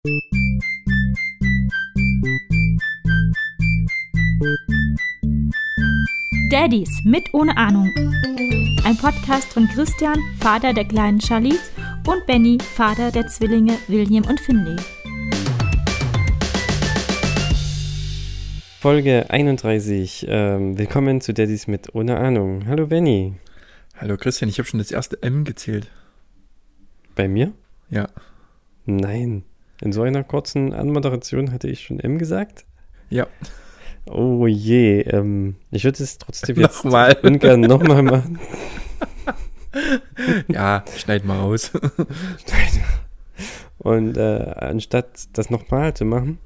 Daddys mit ohne Ahnung. Ein Podcast von Christian, Vater der kleinen Charlize, und Benny, Vater der Zwillinge William und Finley. Folge 31. Willkommen zu Daddys mit ohne Ahnung. Hallo Benny. Hallo Christian, ich habe schon das erste M gezählt. Bei mir? Ja. Nein. In so einer kurzen Anmoderation hatte ich schon M gesagt? Ja. Oh je. Ich würde es trotzdem jetzt Nochmal. ungern nochmal machen. Ja, schneid mal raus. Und anstatt das nochmal zu machen,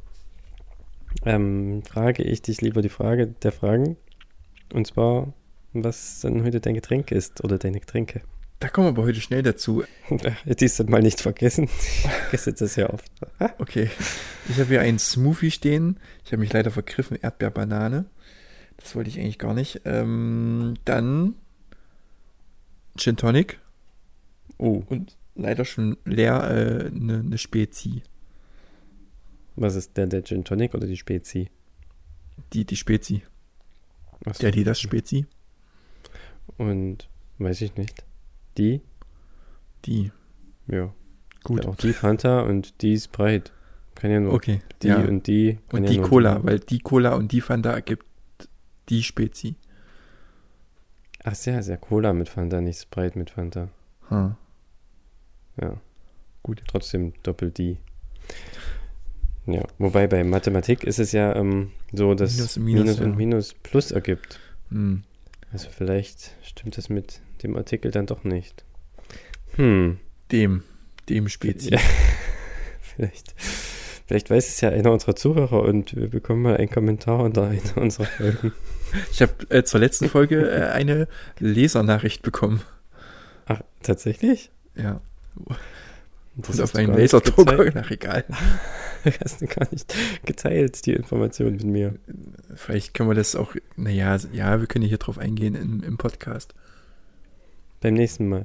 frage ich dich lieber die Frage der Fragen. Und zwar, was denn heute dein Getränk ist oder deine Getränke. Da kommen wir aber heute schnell dazu. Diesmal mal nicht vergessen. Ich vergesse das ja oft. Okay. Ich habe hier einen Smoothie stehen. Ich habe mich leider vergriffen. Erdbeer-Banane. Das wollte ich eigentlich gar nicht. Dann Gin Tonic. Oh. Und leider schon leer eine Spezi. Was ist der Gin Tonic oder die Spezi? Die Spezi. Achso. Das Spezi. Und weiß ich nicht. Die? Die. Ja. Gut. Ja, auch die Fanta und die Sprite. Kann ja nur. Okay. Die ja. und die. Und ja die nur Cola, sein. weil die Cola und die Fanta ergibt die Spezi. Ach sehr Cola mit Fanta, nicht Sprite mit Fanta. Hm. Ja. Gut. Trotzdem doppelt die. Ja, wobei bei Mathematik ist es ja so, dass Minus und Minus Plus ergibt. Hm. Also vielleicht stimmt das mit dem Artikel dann doch nicht. Dem Spezi. Ja. Vielleicht weiß es ja einer unserer Zuhörer und wir bekommen mal einen Kommentar unter einer unserer Folgen. Ich habe zur letzten Folge eine Lesernachricht bekommen. Ach, tatsächlich? Ja. Das Und hast auf du einen gar nicht Laserdrucker. gezeigt. Ach, egal. Hast du gar nicht geteilt, die Information mit mir. Vielleicht können wir das auch, wir können hier drauf eingehen im Podcast. Beim nächsten Mal.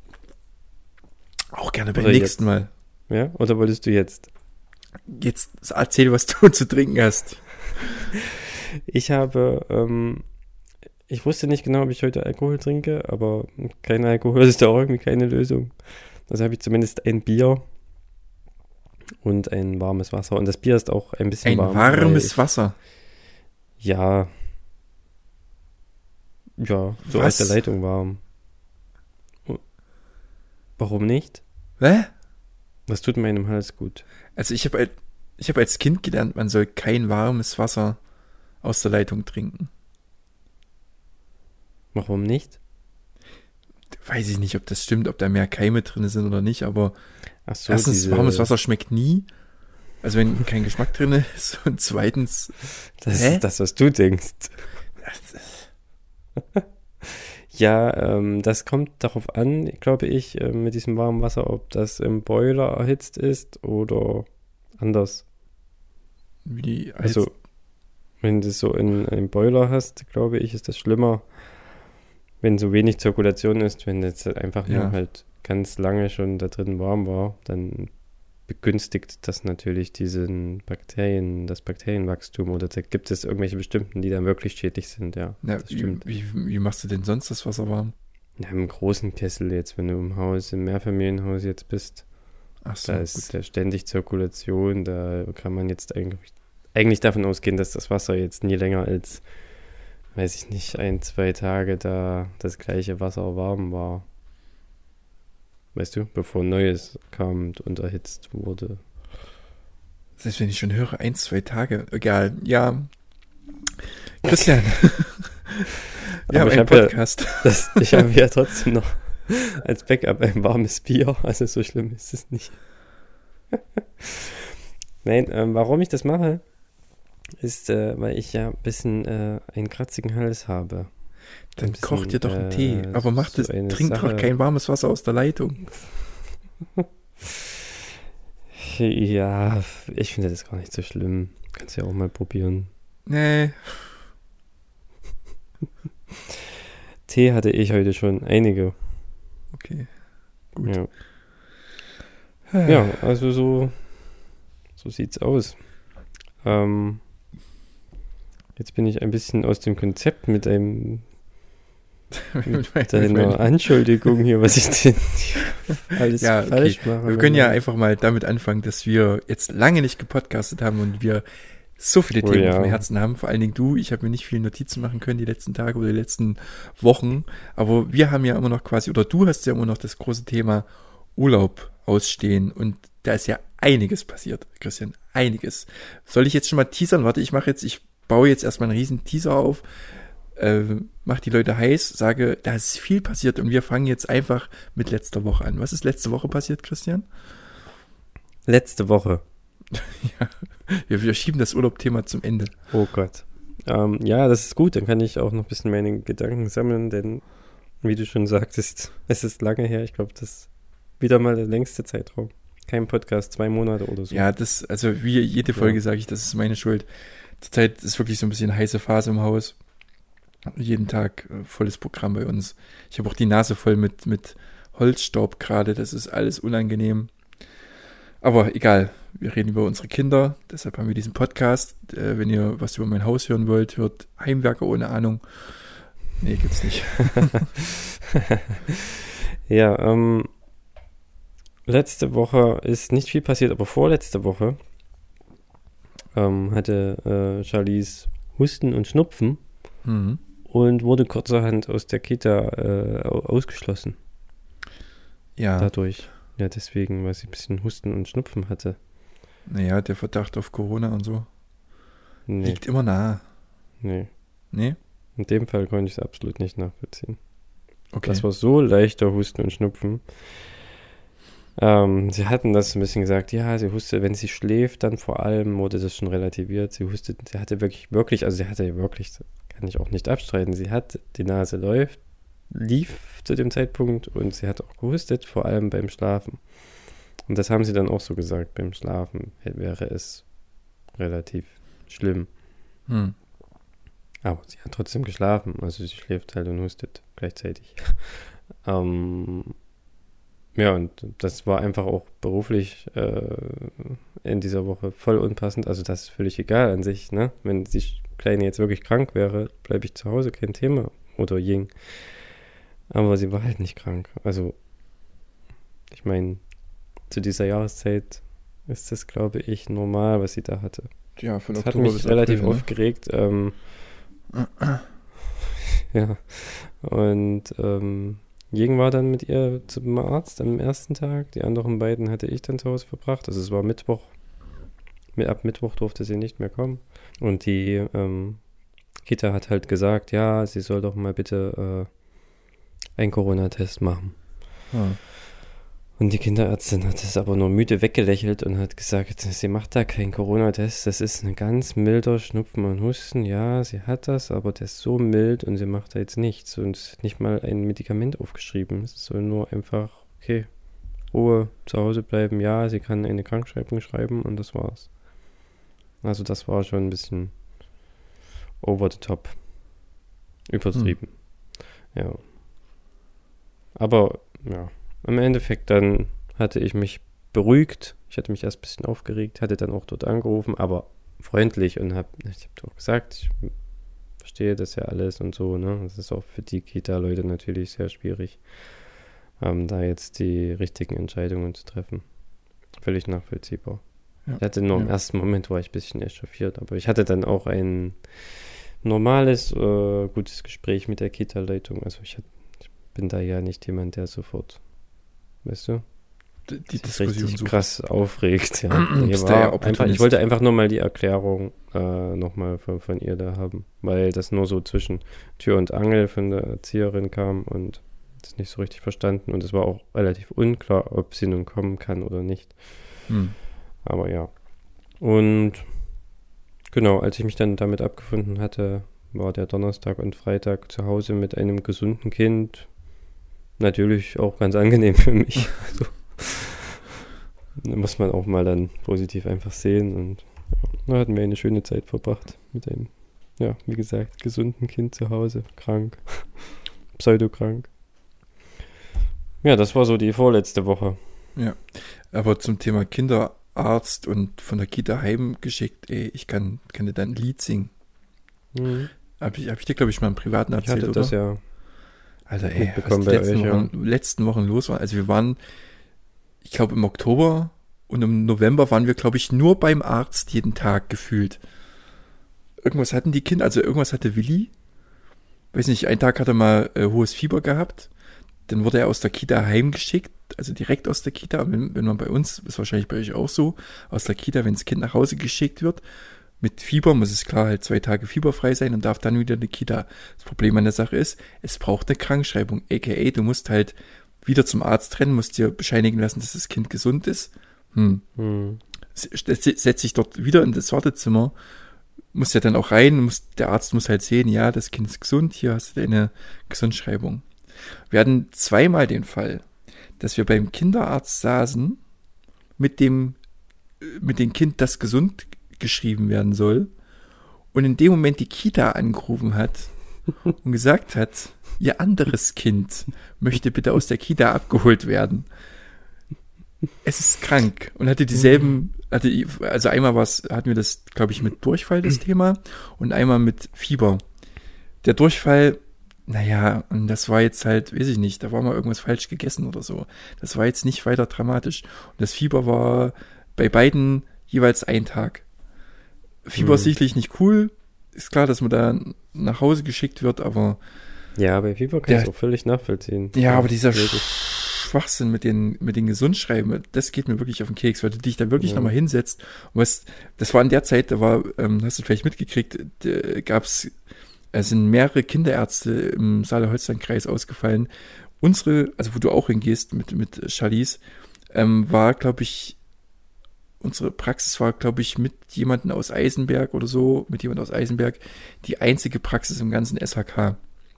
Auch gerne beim Oder nächsten Mal. Ja? Oder wolltest du jetzt? Jetzt erzähl, was du zu trinken hast. Ich wusste nicht genau, ob ich heute Alkohol trinke, aber kein Alkohol ist da auch irgendwie keine Lösung. Also habe ich zumindest ein Bier und ein warmes Wasser. Und das Bier ist auch ein bisschen warm. Ein warmes Wasser? Ja. Ja, so aus der Leitung warm. Warum nicht? Hä? Das tut meinem Hals gut. Also ich habe als Kind gelernt, man soll kein warmes Wasser aus der Leitung trinken. Warum nicht? Weiß ich nicht, ob das stimmt, ob da mehr Keime drin sind oder nicht, aber Ach so, erstens, warmes Wasser schmeckt nie. Also wenn kein Geschmack drin ist, und zweitens... Das ist das, was du denkst. Ja, das kommt darauf an, glaube ich, mit diesem warmen Wasser, ob das im Boiler erhitzt ist oder anders. Also, wenn du es so in einem Boiler hast, glaube ich, ist das schlimmer, wenn so wenig Zirkulation ist. Wenn jetzt einfach nur halt ganz lange schon da drin warm war, dann begünstigt das natürlich das Bakterienwachstum, oder gibt es irgendwelche bestimmten, die dann wirklich schädlich sind, ja. Das stimmt. Wie machst du denn sonst das Wasser warm? Ja, im großen Kessel jetzt, wenn du im Mehrfamilienhaus jetzt bist, Ach so, da ist ja ständig Zirkulation, da kann man jetzt eigentlich davon ausgehen, dass das Wasser jetzt nie länger als, weiß ich nicht, 1-2 Tage da das gleiche Wasser warm war. Weißt du, bevor Neues kam und erhitzt wurde. Das heißt, wenn ich schon höre, 1-2 Tage, egal, ja. Christian. Ja, aber ein Podcast. Ich habe ja trotzdem noch als Backup ein warmes Bier, also so schlimm ist es nicht. Nein, warum ich das mache, ist, weil ich ja ein bisschen einen kratzigen Hals habe. Dann koch dir doch einen Tee. Aber trink doch kein warmes Wasser aus der Leitung. Ja, ich finde das gar nicht so schlimm. Kannst ja auch mal probieren. Nee. Tee hatte ich heute schon einige. Okay, gut. Ja, also so So sieht's aus. Jetzt bin ich ein bisschen aus dem Konzept mit deiner Anschuldigung hier, was ich denn alles falsch mache. Wir können ja einfach mal damit anfangen, dass wir jetzt lange nicht gepodcastet haben und wir so viele Themen auf dem Herzen haben. Vor allen Dingen du. Ich habe mir nicht viele Notizen machen können die letzten Tage oder die letzten Wochen. Aber wir haben ja immer noch quasi, oder du hast ja immer noch das große Thema Urlaub ausstehen. Und da ist ja einiges passiert, Christian. Einiges. Soll ich jetzt schon mal teasern? Warte, ich baue jetzt erstmal einen riesen Teaser auf. Mach die Leute heiß, sage, da ist viel passiert und wir fangen jetzt einfach mit letzter Woche an. Was ist letzte Woche passiert, Christian? Letzte Woche. Ja, wir schieben das Urlaubthema zum Ende. Oh Gott. Ja, das ist gut, dann kann ich auch noch ein bisschen meine Gedanken sammeln, denn wie du schon sagtest, es ist lange her. Ich glaube, das ist wieder mal der längste Zeitraum. Kein Podcast, 2 Monate oder so. Ja, also wie jede Folge sage ich, das ist meine Schuld. Zurzeit ist wirklich so ein bisschen heiße Phase im Haus. Jeden Tag volles Programm bei uns. Ich habe auch die Nase voll mit Holzstaub gerade. Das ist alles unangenehm. Aber egal, wir reden über unsere Kinder. Deshalb haben wir diesen Podcast. Wenn ihr was über mein Haus hören wollt, hört Heimwerker ohne Ahnung. Nee, gibt's nicht. Ja, letzte Woche ist nicht viel passiert, aber vorletzte Woche hatte Charlies Husten und Schnupfen. Mhm. Und wurde kurzerhand aus der Kita ausgeschlossen. Ja. Dadurch. Ja, deswegen, weil sie ein bisschen Husten und Schnupfen hatte. Naja, der Verdacht auf Corona und so liegt immer nahe. Nee? In dem Fall konnte ich es absolut nicht nachvollziehen. Okay. Das war so leichter Husten und Schnupfen. Sie hatten das ein bisschen gesagt, ja, sie hustet, wenn sie schläft, dann vor allem wurde das schon relativiert. Sie hatte wirklich, kann ich auch nicht abstreiten, die Nase lief zu dem Zeitpunkt und sie hat auch gehustet, vor allem beim Schlafen. Und das haben sie dann auch so gesagt, beim Schlafen wäre es relativ schlimm. Aber sie hat trotzdem geschlafen, also sie schläft halt und hustet gleichzeitig. Ja, und das war einfach auch beruflich in dieser Woche voll unpassend. Also das ist völlig egal an sich, ne? Wenn die Kleine jetzt wirklich krank wäre, bleibe ich zu Hause, kein Thema. Oder Ying. Aber sie war halt nicht krank. Also, ich meine, zu dieser Jahreszeit ist das, glaube ich, normal, was sie da hatte. Ja, von das Oktober hat mich relativ aufgeregt. Ja, und Jing war dann mit ihr zum Arzt am ersten Tag. Die anderen beiden hatte ich dann zu Hause verbracht. Also es war Mittwoch. Ab Mittwoch durfte sie nicht mehr kommen. Und die Kita hat halt gesagt, ja, sie soll doch mal bitte einen Corona-Test machen. Und die Kinderärztin hat es aber nur müde weggelächelt und hat gesagt, sie macht da keinen Corona-Test, das ist ein ganz milder Schnupfen und Husten. Ja, sie hat das, aber der ist so mild und sie macht da jetzt nichts und nicht mal ein Medikament aufgeschrieben. Es soll nur einfach, okay, Ruhe, zu Hause bleiben. Ja, sie kann eine Krankschreibung schreiben und das war's. Also das war schon ein bisschen over the top. Übertrieben. Ja. Aber, ja. Im Endeffekt dann hatte ich mich beruhigt. Ich hatte mich erst ein bisschen aufgeregt, hatte dann auch dort angerufen, aber freundlich und ich habe auch gesagt, ich verstehe das ja alles und so, ne? Das ist auch für die Kita-Leute natürlich sehr schwierig, da jetzt die richtigen Entscheidungen zu treffen. Völlig nachvollziehbar. Ja. Ich hatte nur im ersten Moment war ich ein bisschen echauffiert, aber ich hatte dann auch ein normales, gutes Gespräch mit der Kita-Leitung. Also ich bin da ja nicht jemand, der sofort, weißt du, die Diskussion richtig so krass aufregt. Ja. Ich wollte einfach nur mal die Erklärung nochmal von ihr da haben, weil das nur so zwischen Tür und Angel von der Erzieherin kam und das nicht so richtig verstanden und es war auch relativ unklar, ob sie nun kommen kann oder nicht. Aber ja. Und genau, als ich mich dann damit abgefunden hatte, war der Donnerstag und Freitag zu Hause mit einem gesunden Kind natürlich auch ganz angenehm für mich. Also, da muss man auch mal dann positiv einfach sehen und ja, da hatten wir eine schöne Zeit verbracht mit einem, ja, wie gesagt, gesunden Kind zu Hause, krank, pseudokrank. Ja, das war so die vorletzte Woche. Ja, aber zum Thema Kinderarzt Arzt und von der Kita heimgeschickt. Ey, ich kann dir dann ein Lied singen. Mhm. Hab ich dir, glaube ich, mal im Privaten erzählt, oder? Das, ja. Alter, ey, was die letzten Wochen los war. Also wir waren, ich glaube, im Oktober und im November waren wir, glaube ich, nur beim Arzt jeden Tag gefühlt. Irgendwas hatten die Kinder, also irgendwas hatte Willi. Weiß nicht, einen Tag hat er mal hohes Fieber gehabt. Dann wurde er aus der Kita heimgeschickt, also direkt aus der Kita. Wenn man bei uns, ist wahrscheinlich bei euch auch so, aus der Kita, wenn das Kind nach Hause geschickt wird, mit Fieber muss es klar halt 2 Tage fieberfrei sein und darf dann wieder in die Kita. Das Problem an der Sache ist, es braucht eine Krankschreibung, aka du musst halt wieder zum Arzt rennen, musst dir bescheinigen lassen, dass das Kind gesund ist. Setz dich dort wieder in das Wartezimmer, musst ja dann auch rein, der Arzt muss halt sehen, ja, das Kind ist gesund, hier hast du deine Gesundschreibung. Wir hatten 2-mal den Fall, dass wir beim Kinderarzt saßen, mit dem Kind, das gesund geschrieben werden soll, und in dem Moment die Kita angerufen hat und gesagt hat, ihr anderes Kind möchte bitte aus der Kita abgeholt werden. Es ist krank und hatte dieselben, also einmal hatten wir das, glaube ich, mit Durchfall das Thema und einmal mit Fieber. Der Durchfall, naja, und das war jetzt halt, weiß ich nicht, da war mal irgendwas falsch gegessen oder so. Das war jetzt nicht weiter dramatisch. Und das Fieber war bei beiden jeweils 1 Tag. Fieber ist sicherlich nicht cool. Ist klar, dass man da nach Hause geschickt wird, aber... Ja, bei Fieber kann ich es auch völlig nachvollziehen. Ja, aber dieser Schwachsinn mit den Gesundschreiben, das geht mir wirklich auf den Keks, weil du dich da wirklich nochmal hinsetzt. Und das war in der Zeit, da war, hast du vielleicht mitgekriegt, es sind mehrere Kinderärzte im Saale-Holstein-Kreis ausgefallen. Unsere, also wo du auch hingehst mit Charlies, war, glaube ich, unsere Praxis war, glaube ich, mit jemandem aus Eisenberg oder so, mit jemand aus Eisenberg, die einzige Praxis im ganzen SHK.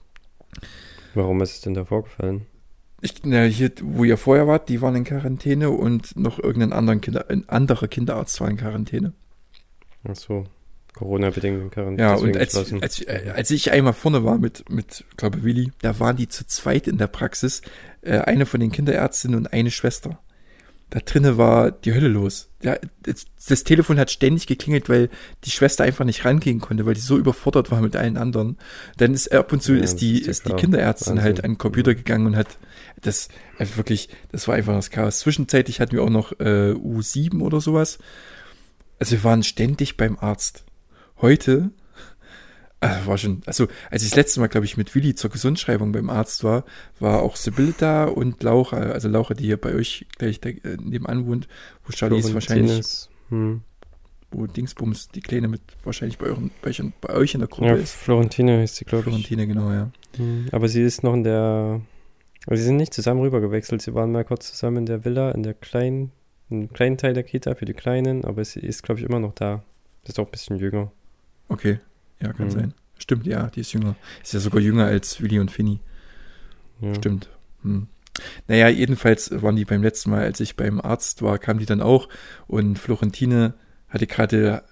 Warum ist es denn da vorgefallen? Hier, wo ihr vorher wart, die waren in Quarantäne und noch irgendein anderer Kinderarzt war in Quarantäne. Ach so, Corona-bedingt in Quarantäne. Ja, und als ich einmal vorne war mit glaube Willi, da waren die zu zweit in der Praxis, eine von den Kinderärztinnen und eine Schwester. Da drinnen war die Hölle los. Ja, das Telefon hat ständig geklingelt, weil die Schwester einfach nicht rangehen konnte, weil die so überfordert war mit allen anderen. Dann ist ab und zu ist die Kinderärztin Wahnsinn. Halt an den Computer gegangen und hat das wirklich, das war einfach das Chaos. Zwischenzeitlich hatten wir auch noch U7 oder sowas. Also wir waren ständig beim Arzt. Heute war schon, also als ich das letzte Mal, glaube ich, mit Willi zur Gesundschreibung beim Arzt war auch Sibylle da und Laura, also Laura, die hier bei euch gleich nebenan wohnt, wo Charlies wahrscheinlich, wo Dingsbums, die Kleine mit wahrscheinlich bei euch in der Gruppe ist. Florentine heißt sie, glaube ich. Florentine, genau, ja. Aber sie ist noch also sie sind nicht zusammen rübergewechselt, sie waren mal kurz zusammen in der Villa, im kleinen Teil der Kita für die Kleinen, aber sie ist, glaube ich, immer noch da. Ist auch ein bisschen jünger. Okay. Ja, kann sein. Stimmt, ja, die ist jünger. Ist ja sogar jünger als Willi und Finny. Ja. Stimmt. Naja, jedenfalls waren die beim letzten Mal, als ich beim Arzt war, kamen die dann auch und Florentine hatte gerade,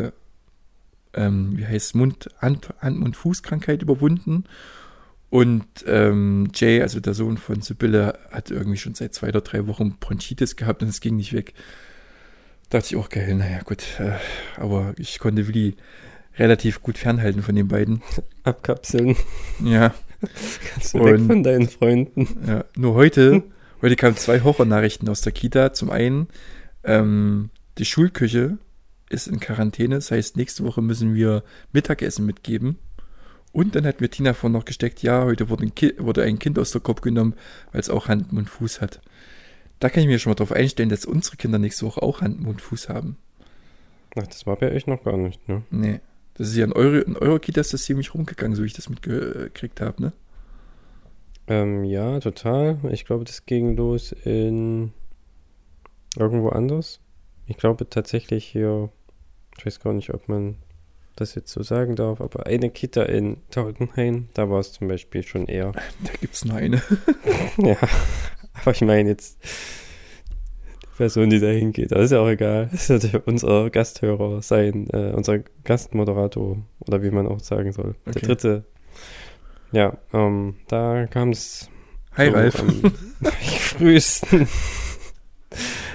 wie heißt es, Hand-Mund-Fuß-Krankheit überwunden und Jay, also der Sohn von Sibylle, hat irgendwie schon seit 2 oder 3 Wochen Bronchitis gehabt und es ging nicht weg. Da dachte ich auch, geil, naja, gut, aber ich konnte Willi relativ gut fernhalten von den beiden. Abkapseln. Ja. Kannst du weg von deinen Freunden. Ja, nur heute kamen 2 Horrornachrichten aus der Kita. Zum einen, die Schulküche ist in Quarantäne. Das heißt, nächste Woche müssen wir Mittagessen mitgeben. Und dann hat mir Tina vorhin noch gesteckt, ja, heute wurde ein Kind aus der Gruppe genommen, weil es auch Hand und Fuß hat. Da kann ich mir schon mal drauf einstellen, dass unsere Kinder nächste Woche auch Hand und Fuß haben. Ach, das war bei euch noch gar nicht, ne? Nee. Das ist ja in eurer Kita ist das ziemlich rumgegangen, so wie ich das mitgekriegt habe, ne? Ja, total. Ich glaube, das ging los in irgendwo anders. Ich glaube tatsächlich hier, ich weiß gar nicht, ob man das jetzt so sagen darf, aber eine Kita in Tautenhain, da war es zum Beispiel schon eher. Da gibt's nur eine. Ja, aber ich meine jetzt Person, die da hingeht. Das ist ja auch egal. Das ist ja unser Gasthörer sein, unser Gastmoderator oder wie man auch sagen soll. Okay. Der dritte. Ja, da kam es Hi so Ralf. Frühesten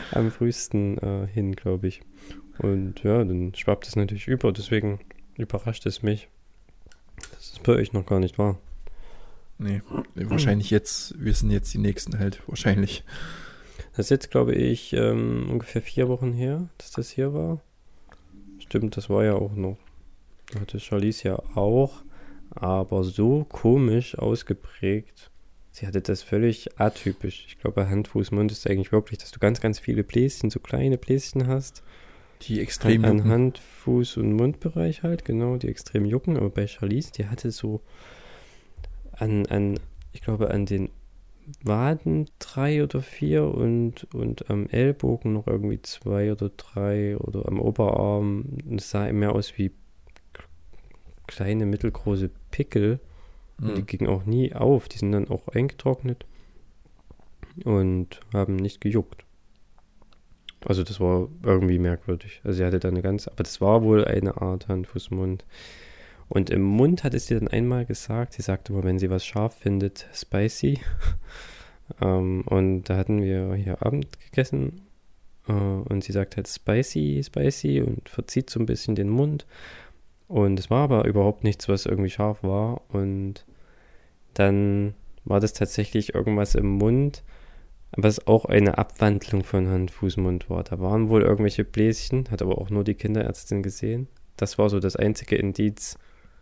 am frühesten hin, glaube ich. Und ja, dann schwappt es natürlich über, deswegen überrascht es mich, dass es bei euch noch gar nicht war. Nee, wahrscheinlich jetzt, wir sind jetzt die Nächsten halt, wahrscheinlich. Das ist jetzt, glaube ich, ungefähr 4 Wochen her, dass das hier war. Stimmt, das war ja auch noch. Da hatte Charlize ja auch, aber so komisch ausgeprägt. Sie hatte das völlig atypisch. Ich glaube, bei Hand, Fuß, Mund ist eigentlich wirklich, dass du ganz, ganz viele Bläschen, so kleine Bläschen hast. Die extrem jucken. An Hand, Fuß und Mundbereich halt, genau, die extrem jucken. Aber bei Charlize, die hatte so ich glaube, an den Waden 3 oder 4 und am Ellbogen noch irgendwie 2 oder 3 oder am Oberarm. Es sah mehr aus wie kleine, mittelgroße Pickel. Und die gingen auch nie auf. Die sind dann auch eingetrocknet und haben nicht gejuckt. Also das war irgendwie merkwürdig. Also sie hatte da aber das war wohl eine Art Hand, Fuß, Mund. Und im Mund hat es sie dann einmal gesagt, sie sagte immer, wenn sie was scharf findet, spicy. Und da hatten wir hier Abend gegessen und sie sagt halt spicy, spicy und verzieht so ein bisschen den Mund. Und es war aber überhaupt nichts, was irgendwie scharf war. Und dann war das tatsächlich irgendwas im Mund, was auch eine Abwandlung von Hand, Fuß, Mund war. Da waren wohl irgendwelche Bläschen, hat aber auch nur die Kinderärztin gesehen. Das war so das einzige Indiz.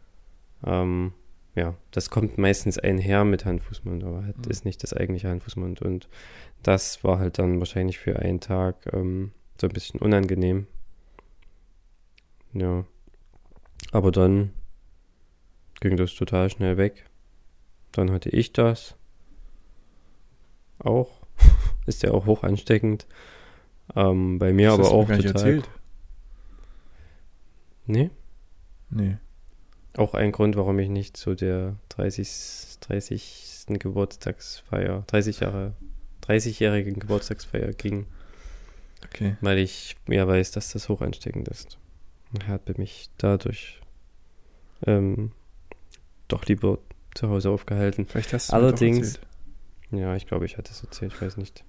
Ja, das kommt meistens einher mit Hand, Fuß, Mund, aber halt ist nicht das eigentliche Hand, Fuß, Mund. Und das war halt dann wahrscheinlich für einen Tag so ein bisschen unangenehm. Ja. Aber dann ging das total schnell weg. Dann hatte ich das auch. Ist ja auch hoch ansteckend. Bei mir aber auch total. Erzählt? Nee? Nee. Auch ein Grund, warum ich nicht zu der 30. Geburtstagsfeier, 30-jährigen Geburtstagsfeier ging. Okay. Weil ich ja weiß, dass das hoch ansteckend ist. Ich habe mich dadurch doch lieber zu Hause aufgehalten. Vielleicht hast du allerdings, es erzählt. Ja, ich glaube, ich hatte es erzählt, ich weiß nicht.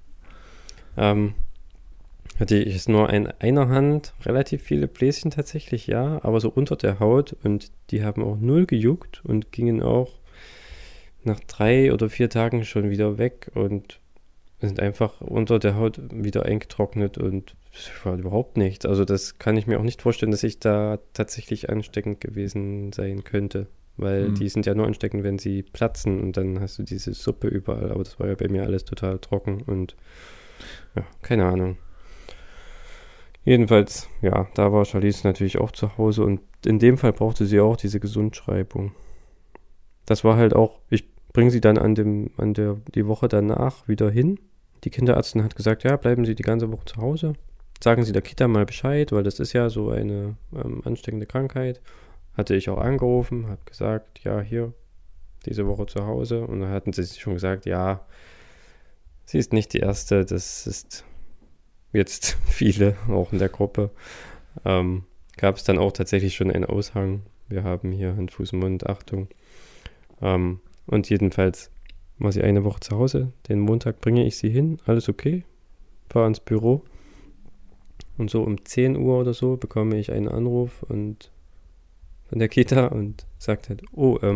Hatte ich es nur in einer Hand, relativ viele Bläschen tatsächlich, ja, aber so unter der Haut und die haben auch 0 gejuckt und gingen auch nach 3 oder 4 Tagen schon wieder weg und sind einfach unter der Haut wieder eingetrocknet und es war überhaupt nichts. Also das kann ich mir auch nicht vorstellen, dass ich da tatsächlich ansteckend gewesen sein könnte, weil die sind ja nur ansteckend, wenn sie platzen und dann hast du diese Suppe überall, aber das war ja bei mir alles total trocken und ja, keine Ahnung. Jedenfalls, ja, da war Charlize natürlich auch zu Hause und in dem Fall brauchte sie auch diese Gesundschreibung. Das war halt auch, ich bringe sie dann die Woche danach wieder hin. Die Kinderärztin hat gesagt, ja, bleiben Sie die ganze Woche zu Hause. Sagen Sie der Kita mal Bescheid, weil das ist ja so eine ansteckende Krankheit. Hatte ich auch angerufen, habe gesagt, ja, hier, diese Woche zu Hause. Und dann hatten sie schon gesagt, ja, sie ist nicht die Erste, das ist jetzt viele, auch in der Gruppe, gab es dann auch tatsächlich schon einen Aushang. Wir haben hier Hand, Fuß, Mund, Achtung. Und jedenfalls war sie eine Woche zu Hause. Den Montag bringe ich sie hin, alles okay, fahre ins Büro. Und so um 10 Uhr oder so bekomme ich einen Anruf von der Kita und sagt halt,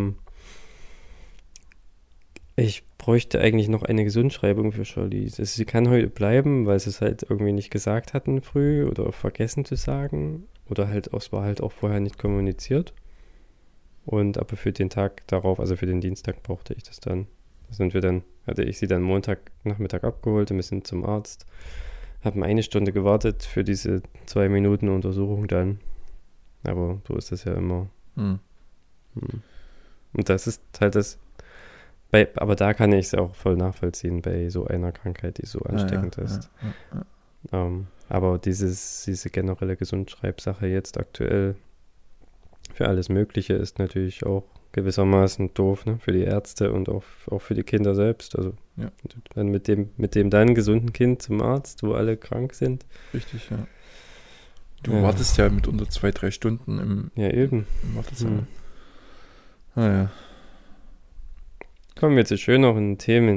ich bräuchte eigentlich noch eine Gesundschreibung für Charlize. Also sie kann heute bleiben, weil sie es halt irgendwie nicht gesagt hatten früh oder vergessen zu sagen. Oder halt, es war halt auch vorher nicht kommuniziert. Aber für den Tag darauf, also für den Dienstag, brauchte ich das dann. Hatte ich sie dann Montagnachmittag abgeholt und wir sind zum Arzt. Haben 1 Stunde gewartet für diese 2 Minuten Untersuchung dann. Aber so ist das ja immer. Und das ist halt das. Aber da kann ich es auch voll nachvollziehen bei so einer Krankheit, die so ansteckend ist. Ja. Aber diese generelle Gesundschreibsache jetzt aktuell für alles Mögliche ist natürlich auch gewissermaßen doof, ne? Für die Ärzte und auch für die Kinder selbst. Also dann mit dem dann gesunden Kind zum Arzt, wo alle krank sind. Richtig, ja. Du wartest ja mit unter 2-3 Stunden im Wartesaal. Ja. Kommen wir zu schöneren Themen.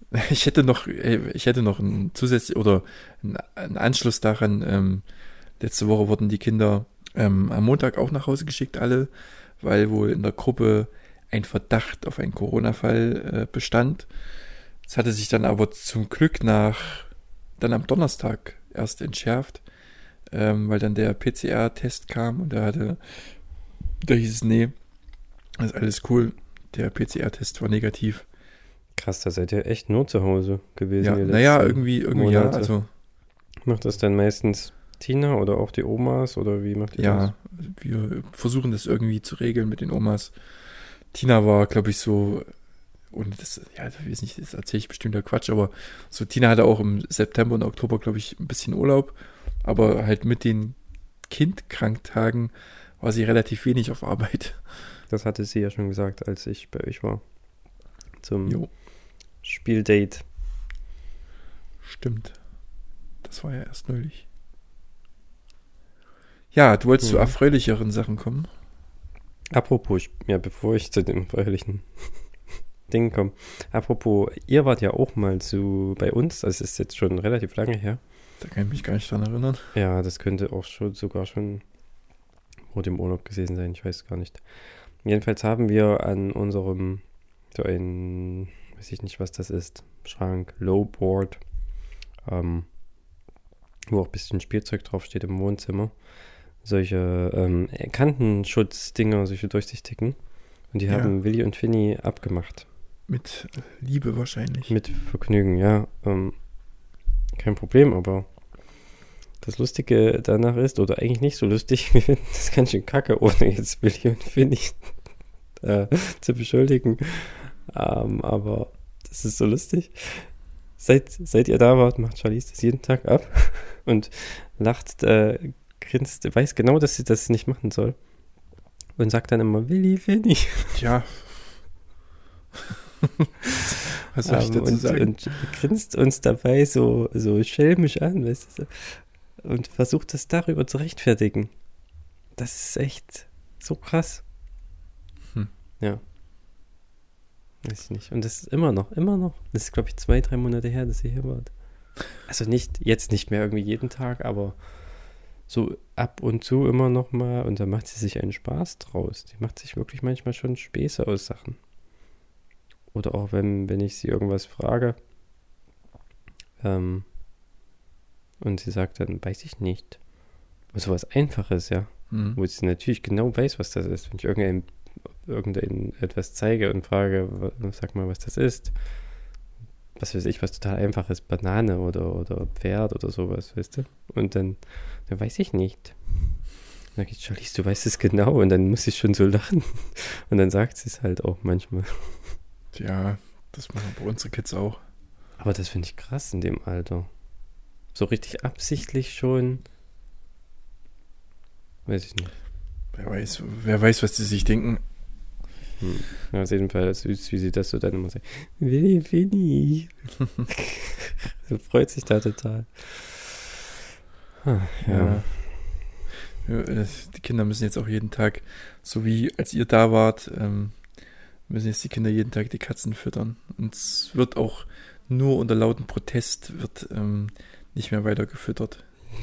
Ich hätte noch einen zusätzlich oder einen Anschluss daran. Letzte Woche wurden die Kinder am Montag auch nach Hause geschickt, alle, weil wohl in der Gruppe ein Verdacht auf einen Corona-Fall bestand. Das hatte sich dann aber zum Glück dann am Donnerstag erst entschärft, weil dann der PCR-Test kam und da hieß es, nee, das ist alles cool. Der PCR-Test war negativ. Krass, da seid ihr echt nur zu Hause gewesen. Ja, naja, irgendwie Monate. Ja. Also, macht das dann meistens Tina oder auch die Omas oder wie macht ihr das? Ja, wir versuchen das irgendwie zu regeln mit den Omas. Tina war, glaube ich, so, und das, ja, ich weiß nicht, das erzähle ich bestimmt der Quatsch, aber so Tina hatte auch im September und Oktober, glaube ich, ein bisschen Urlaub, aber halt mit den Kindkranktagen war sie relativ wenig auf Arbeit. Das hatte sie ja schon gesagt, als ich bei euch war. Zum Spieldate. Stimmt. Das war ja erst neulich. Ja, du wolltest zu erfreulicheren Sachen kommen. Apropos, bevor ich zu dem erfreulichen Ding komme. Apropos, ihr wart ja auch mal bei uns, das ist jetzt schon relativ lange her. Da kann ich mich gar nicht dran erinnern. Ja, das könnte auch sogar schon vor dem Urlaub gewesen sein, ich weiß gar nicht. Jedenfalls haben wir an unserem, so ein, weiß ich nicht, was das ist, Schrank, Lowboard, wo auch ein bisschen Spielzeug draufsteht im Wohnzimmer, solche Kantenschutz-Dinger, solche durchsichtigen. Und die haben Willi und Finny abgemacht. Mit Liebe wahrscheinlich. Mit Vergnügen, ja. Kein Problem, aber das Lustige danach ist, oder eigentlich nicht so lustig, wir finden das ganz schön kacke, ohne jetzt Willi und Finny zu beschuldigen. Aber das ist so lustig. Seit ihr da wart, macht Charlize das jeden Tag ab und lacht, grinst, weiß genau, dass sie das nicht machen soll. Und sagt dann immer, Willi, Finny. Tja. Was soll ich dazu sagen? Und grinst uns dabei so schelmisch an, weißt du, und versucht das darüber zu rechtfertigen. Das ist echt so krass. Ja. Weiß ich nicht. Und das ist immer noch. Das ist, glaube ich, 2-3 Monate her, dass ihr hier wart. Also jetzt nicht mehr irgendwie jeden Tag, aber so ab und zu immer noch mal. Und da macht sie sich einen Spaß draus. Die macht sich wirklich manchmal schon Späße aus Sachen. Oder auch wenn ich sie irgendwas frage. Und sie sagt dann, weiß ich nicht. So was Einfaches, ja. Wo sie natürlich genau weiß, was das ist. Wenn ich irgendein etwas zeige und frage, sag mal, was das ist. Was weiß ich, was total einfach ist. Banane oder Pferd oder sowas, weißt du? Und dann weiß ich nicht. Dann sag ich, Charlize, du weißt es genau. Und dann muss ich schon so lachen. Und dann sagt sie es halt auch manchmal. Ja, das machen bei unsere Kids auch. Aber das finde ich krass in dem Alter. So richtig absichtlich schon. Weiß ich nicht. Wer weiß, was die sich denken. Ja, auf jeden Fall süß, wie sie das so dann immer sagt. Willi, Finny. So freut sich da total. Ja. Die Kinder müssen jetzt auch jeden Tag, so wie als ihr da wart, müssen jetzt die Kinder jeden Tag die Katzen füttern. Und es wird auch nur unter lauten Protest nicht mehr weiter gefüttert.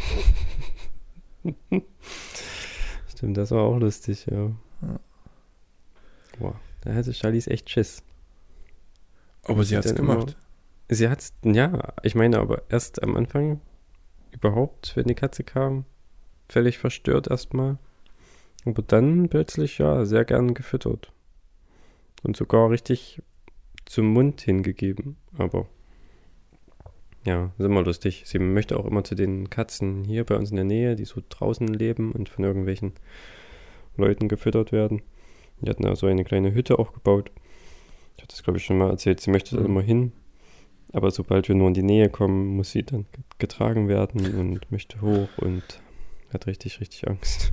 Stimmt, das war auch lustig, ja. Boah, da hatte Charlize echt Schiss. Aber sie hat's gemacht. Sie hat's, ja, ich meine aber erst am Anfang überhaupt, wenn die Katze kam, völlig verstört erstmal. Aber dann plötzlich, ja, sehr gern gefüttert. Und sogar richtig zum Mund hingegeben. Aber ja, ist immer lustig. Sie möchte auch immer zu den Katzen hier bei uns in der Nähe, die so draußen leben und von irgendwelchen Leuten gefüttert werden. Die hatten da so eine kleine Hütte auch gebaut. Ich hatte das, glaube ich, schon mal erzählt. Sie möchte da immer hin. Aber sobald wir nur in die Nähe kommen, muss sie dann getragen werden und möchte hoch und hat richtig, richtig Angst.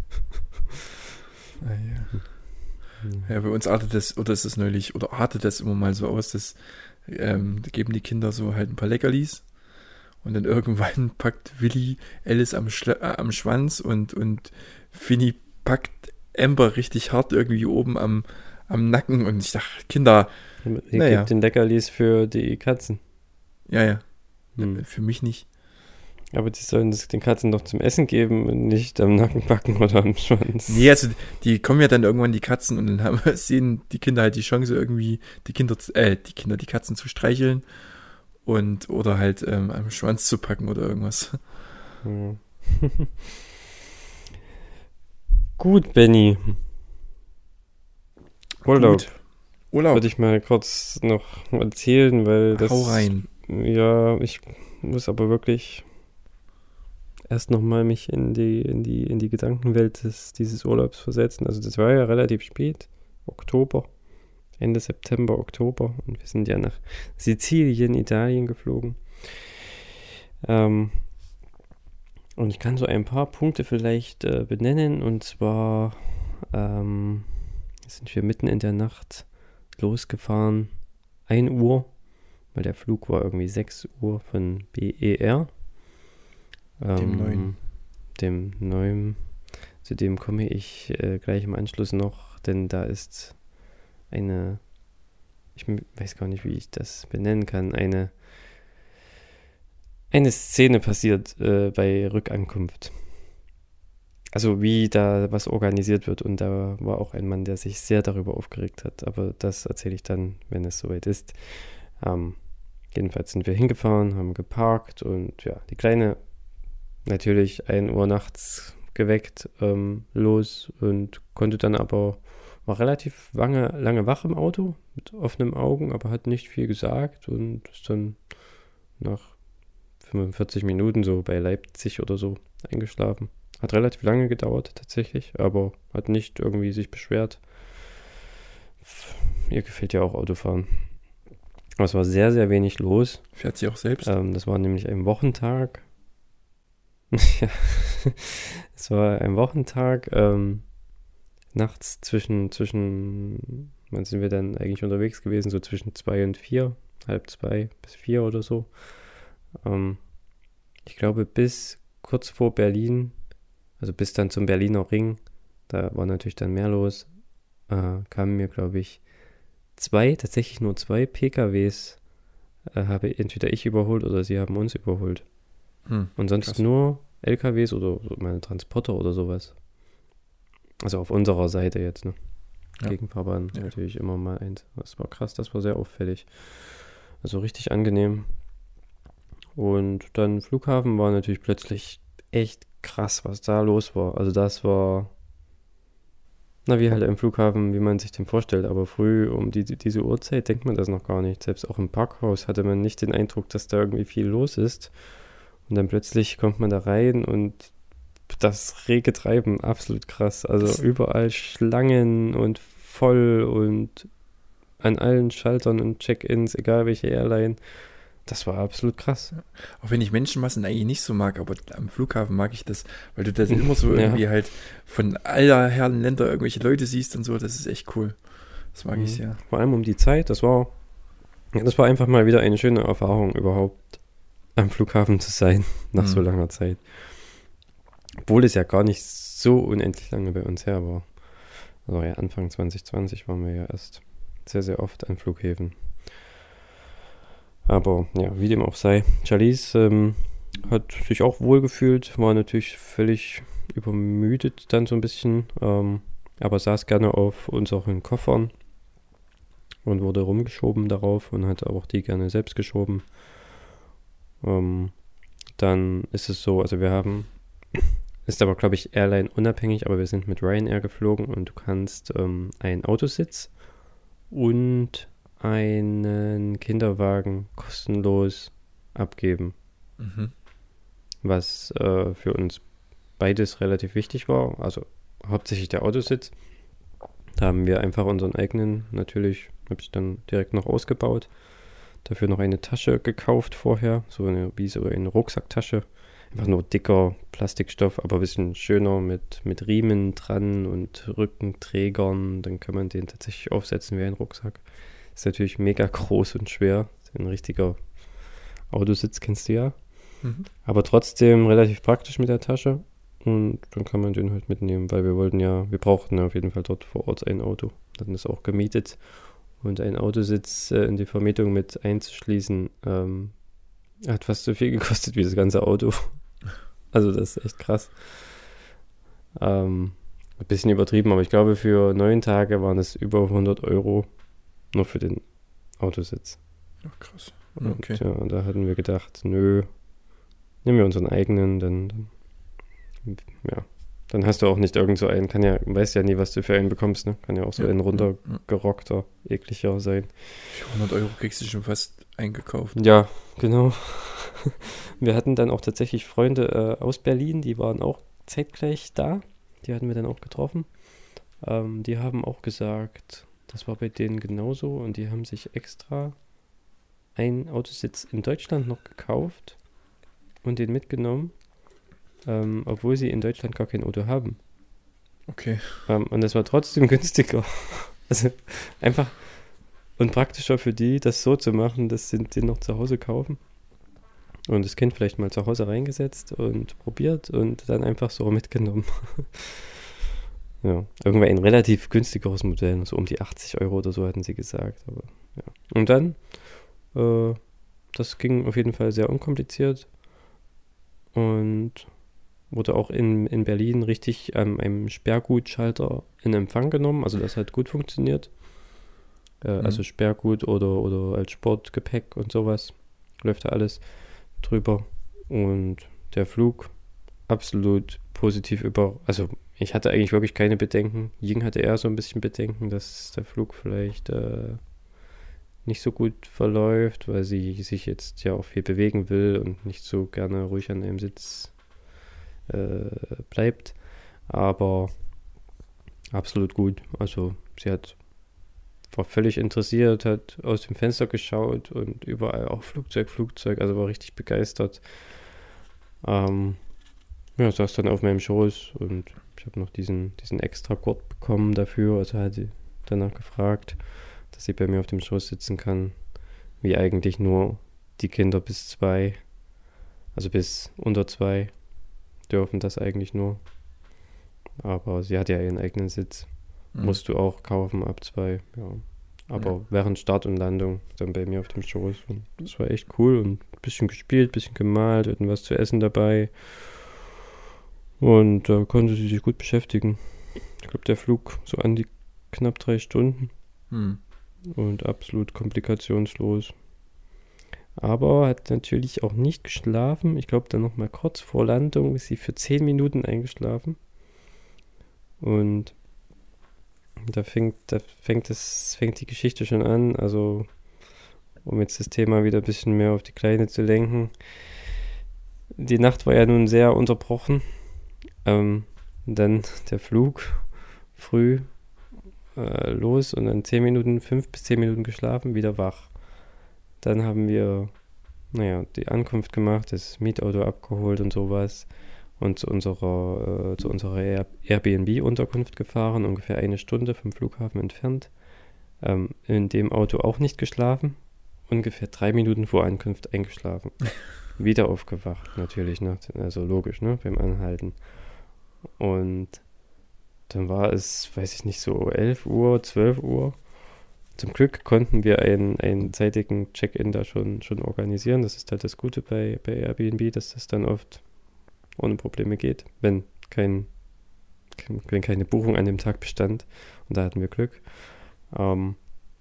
Ja, bei uns artet das, oder ist es neulich, oder artet das immer mal so aus, dass geben die Kinder so halt ein paar Leckerlis und dann irgendwann packt Willi Alice am Schwanz und Finny packt Amber richtig hart irgendwie oben am Nacken und ich dachte, Kinder, Ihr gibt den Leckerlis für die Katzen. Ja. Für mich nicht. Aber die sollen das den Katzen doch zum Essen geben und nicht am Nacken packen oder am Schwanz. Nee, also die kommen ja dann irgendwann, die Katzen, und dann sehen die Kinder halt die Chance, irgendwie die Katzen zu streicheln und oder halt am Schwanz zu packen oder irgendwas. Ja. Gut, Benni. Urlaub. Würde ich mal kurz noch erzählen, weil das... Hau rein. Ja, ich muss aber wirklich erst nochmal mich in die Gedankenwelt dieses Urlaubs versetzen. Also das war ja relativ spät, Oktober, Ende September, Oktober. Und wir sind ja nach Sizilien, Italien geflogen. Und ich kann so ein paar Punkte vielleicht benennen. Und zwar sind wir mitten in der Nacht losgefahren, 1 Uhr, weil der Flug war irgendwie 6 Uhr von BER. Dem neuen. Zu dem komme ich gleich im Anschluss noch, denn da ist ich weiß gar nicht, wie ich das benennen kann, eine Szene passiert bei Rückankunft. Also wie da was organisiert wird, und da war auch ein Mann, der sich sehr darüber aufgeregt hat, aber das erzähle ich dann, wenn es soweit ist. Jedenfalls sind wir hingefahren, haben geparkt und ja, die Kleine natürlich 1 Uhr nachts geweckt, los, und konnte dann aber, war relativ lange wach im Auto, mit offenen Augen, aber hat nicht viel gesagt und ist dann nach 45 Minuten so bei Leipzig oder so eingeschlafen. Hat relativ lange gedauert tatsächlich, aber hat nicht irgendwie sich beschwert. Ihr gefällt ja auch Autofahren. Aber es war sehr, sehr wenig los. Fährt sie auch selbst? Das war nämlich ein Wochentag. Ja, es war ein Wochentag. Nachts zwischen, wann sind wir dann eigentlich unterwegs gewesen? So zwischen 2 und 4, 1:30 bis 4 oder so. Ich glaube bis kurz vor Berlin, also bis dann zum Berliner Ring, da war natürlich dann mehr los, kamen mir, glaube ich, tatsächlich nur 2 PKWs, habe entweder ich überholt oder sie haben uns überholt. Und sonst krass. Nur LKWs oder meine Transporter oder sowas. Also auf unserer Seite jetzt, ne? Ja. Gegenfahrbahn natürlich immer mal eins. Das war krass, das war sehr auffällig. Also richtig angenehm. Und dann Flughafen war natürlich plötzlich echt krass, was da los war. Also das war, wie halt im Flughafen, wie man sich den vorstellt. Aber früh um diese Uhrzeit denkt man das noch gar nicht. Selbst auch im Parkhaus hatte man nicht den Eindruck, dass da irgendwie viel los ist. Und dann plötzlich kommt man da rein und das rege Treiben, absolut krass. Also überall Schlangen und voll und an allen Schaltern und Check-ins, egal welche Airline. Das war absolut krass. Auch wenn ich Menschenmassen eigentlich nicht so mag, aber am Flughafen mag ich das, weil du da immer so irgendwie halt von aller Herren Länder irgendwelche Leute siehst und so, das ist echt cool. Das mag ich sehr. Vor allem um die Zeit, das war einfach mal wieder eine schöne Erfahrung überhaupt, am Flughafen zu sein, nach so langer Zeit. Obwohl es ja gar nicht so unendlich lange bei uns her war. Also ja, Anfang 2020 waren wir ja erst sehr, sehr oft an Flughäfen. Aber ja, wie dem auch sei, Charlize hat sich auch wohl gefühlt, war natürlich völlig übermüdet dann so ein bisschen, aber saß gerne auf unseren Koffern und wurde rumgeschoben darauf und hat auch die gerne selbst geschoben. Dann ist es so, also ist aber glaube ich Airline unabhängig, aber wir sind mit Ryanair geflogen und du kannst einen Autositz und einen Kinderwagen kostenlos abgeben. Was für uns beides relativ wichtig war. Also hauptsächlich der Autositz. Da haben wir einfach unseren eigenen, natürlich habe ich dann direkt noch ausgebaut. Dafür noch eine Tasche gekauft vorher, wie so eine Rucksacktasche. Einfach nur dicker Plastikstoff, aber ein bisschen schöner mit Riemen dran und Rückenträgern. Dann kann man den tatsächlich aufsetzen wie ein Rucksack. Ist natürlich mega groß und schwer. Ein richtiger Autositz kennst du ja. Aber trotzdem relativ praktisch mit der Tasche. Und dann kann man den halt mitnehmen, weil wir brauchten auf jeden Fall dort vor Ort ein Auto. Dann ist auch gemietet. Und ein Autositz in die Vermietung mit einzuschließen, Hat fast so viel gekostet wie das ganze Auto. Also das ist echt krass. Ein bisschen übertrieben, aber ich glaube für 9 Tage waren es über 100 Euro nur für den Autositz. Ach, krass. Okay. Und ja, da hatten wir gedacht, nö, nehmen wir unseren eigenen, dann hast du auch nicht irgend so einen, weißt ja nie, was du für einen bekommst, ne? Kann ja auch so ein runtergerockter, ekliger sein. Für 100 Euro kriegst du schon fast eingekauft. Ja, genau. Wir hatten dann auch tatsächlich Freunde aus Berlin, die waren auch zeitgleich da. Die hatten wir dann auch getroffen. Die haben auch gesagt, das war bei denen genauso und die haben sich extra einen Autositz in Deutschland noch gekauft und den mitgenommen, obwohl sie in Deutschland gar kein Auto haben. Okay. Und das war trotzdem günstiger. Also einfach und praktischer für die, das so zu machen, dass sie den noch zu Hause kaufen und das Kind vielleicht mal zu Hause reingesetzt und probiert und dann einfach so mitgenommen. Ja, irgendwann ein relativ günstigeres Modell, so um die 80 Euro oder so hatten sie gesagt. Aber, ja. Und dann, das ging auf jeden Fall sehr unkompliziert und wurde auch in Berlin richtig an einem Sperrgutschalter in Empfang genommen. Also das hat gut funktioniert. Also Sperrgut oder als Sportgepäck und sowas läuft da alles drüber. Und der Flug absolut positiv also ich hatte eigentlich wirklich keine Bedenken. Ying hatte eher so ein bisschen Bedenken, dass der Flug vielleicht nicht so gut verläuft, weil sie sich jetzt ja auch viel bewegen will und nicht so gerne ruhig an einem Sitz bleibt. Aber absolut gut. Also sie war völlig interessiert, hat aus dem Fenster geschaut und überall auch Flugzeug, also war richtig begeistert. Saß dann auf meinem Schoß und ich habe noch diesen extra Gurt bekommen dafür, also hat sie danach gefragt, dass sie bei mir auf dem Schoß sitzen kann, wie eigentlich nur die Kinder bis 2, also bis unter 2 dürfen das eigentlich nur. Aber sie hat ja ihren eigenen Sitz. Musst du auch kaufen ab 2, ja. Aber während Start und Landung dann bei mir auf dem Schoß. Und das war echt cool und ein bisschen gespielt, ein bisschen gemalt, irgendwas zu essen dabei. Und da konnte sie sich gut beschäftigen. Ich glaube, der Flug so an die knapp 3 Stunden. Und absolut komplikationslos. Aber hat natürlich auch nicht geschlafen. Ich glaube, dann nochmal kurz vor Landung ist sie für 10 Minuten eingeschlafen. Und da fängt die Geschichte schon an. Also, um jetzt das Thema wieder ein bisschen mehr auf die Kleine zu lenken. Die Nacht war ja nun sehr unterbrochen. Dann der Flug früh los und dann 5 bis 10 Minuten geschlafen, wieder wach. Dann haben wir, die Ankunft gemacht, das Mietauto abgeholt und sowas und zu unserer Airbnb-Unterkunft gefahren, ungefähr 1 Stunde vom Flughafen entfernt. In dem Auto auch nicht geschlafen, ungefähr 3 Minuten vor Ankunft eingeschlafen. Wieder aufgewacht, natürlich, ne? Also logisch, ne? Beim Anhalten. Und dann war es, weiß ich nicht, so 11 Uhr, 12 Uhr. Zum Glück konnten wir einen zeitigen Check-in da schon organisieren. Das ist halt das Gute bei Airbnb, dass das dann oft ohne Probleme geht, wenn keine Buchung an dem Tag bestand. Und da hatten wir Glück. Und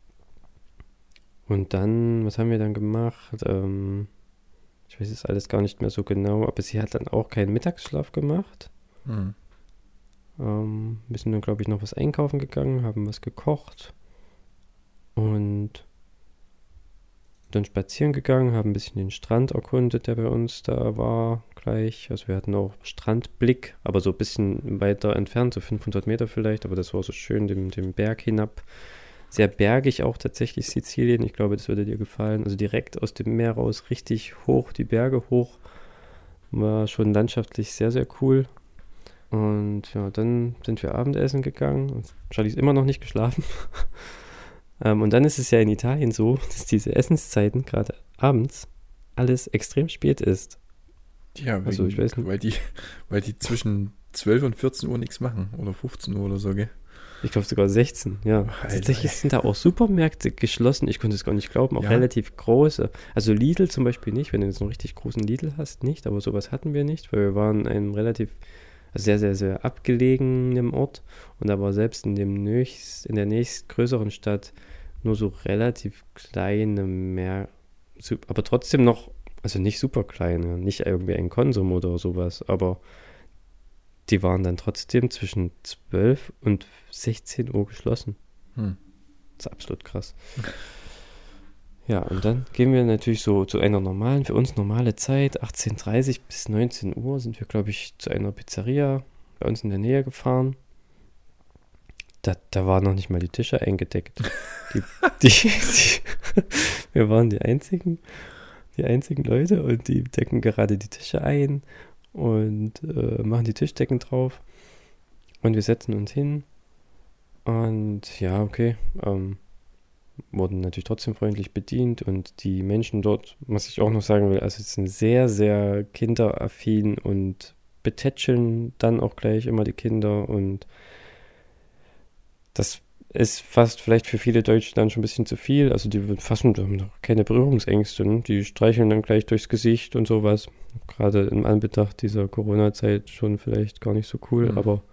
dann, was haben wir dann gemacht? Ich weiß jetzt alles gar nicht mehr so genau, aber sie hat dann auch keinen Mittagsschlaf gemacht. Wir sind dann, glaube ich, noch was einkaufen gegangen, haben was gekocht und dann spazieren gegangen, haben ein bisschen den Strand erkundet, der bei uns da war gleich. Also wir hatten auch Strandblick, aber so ein bisschen weiter entfernt, so 500 Meter vielleicht, aber das war so schön dem Berg hinab. Sehr bergig auch tatsächlich Sizilien, ich glaube, das würde dir gefallen. Also direkt aus dem Meer raus, richtig hoch, die Berge hoch. War schon landschaftlich sehr, sehr cool. Und ja, dann sind wir Abendessen gegangen und Charlie ist immer noch nicht geschlafen. Und dann ist es ja in Italien so, dass diese Essenszeiten, gerade abends, alles extrem spät ist. Ja, also ich weiß nicht. Weil die zwischen 12 und 14 Uhr nichts machen oder 15 Uhr oder so, gell? Ich glaube sogar 16, ja. Tatsächlich sind da auch Supermärkte geschlossen. Ich konnte es gar nicht glauben, auch relativ große. Also Lidl zum Beispiel nicht, wenn du jetzt einen richtig großen Lidl hast, nicht. Aber sowas hatten wir nicht, weil wir waren in einem relativ sehr, sehr, sehr abgelegenen Ort. Und da war selbst in der nächstgrößeren Stadt nur so relativ kleine aber trotzdem noch, also nicht super kleine, nicht irgendwie ein Konsum oder sowas, aber die waren dann trotzdem zwischen 12 und 16 Uhr geschlossen. Das ist absolut krass. Ja, und dann gehen wir natürlich so zu einer für uns normale Zeit, 18:30 bis 19 Uhr sind wir, glaube ich, zu einer Pizzeria bei uns in der Nähe gefahren. Da waren noch nicht mal die Tische eingedeckt. Wir waren die einzigen Leute und die decken gerade die Tische ein und machen die Tischdecken drauf und wir setzen uns hin und ja, okay, wurden natürlich trotzdem freundlich bedient und die Menschen dort, was ich auch noch sagen will, also sind sehr, sehr kinderaffin und betätscheln dann auch gleich immer die Kinder und das ist fast vielleicht für viele Deutsche dann schon ein bisschen zu viel. Also die haben noch keine Berührungsängste. Ne? Die streicheln dann gleich durchs Gesicht und sowas. Gerade im Anbetracht dieser Corona-Zeit schon vielleicht gar nicht so cool, aber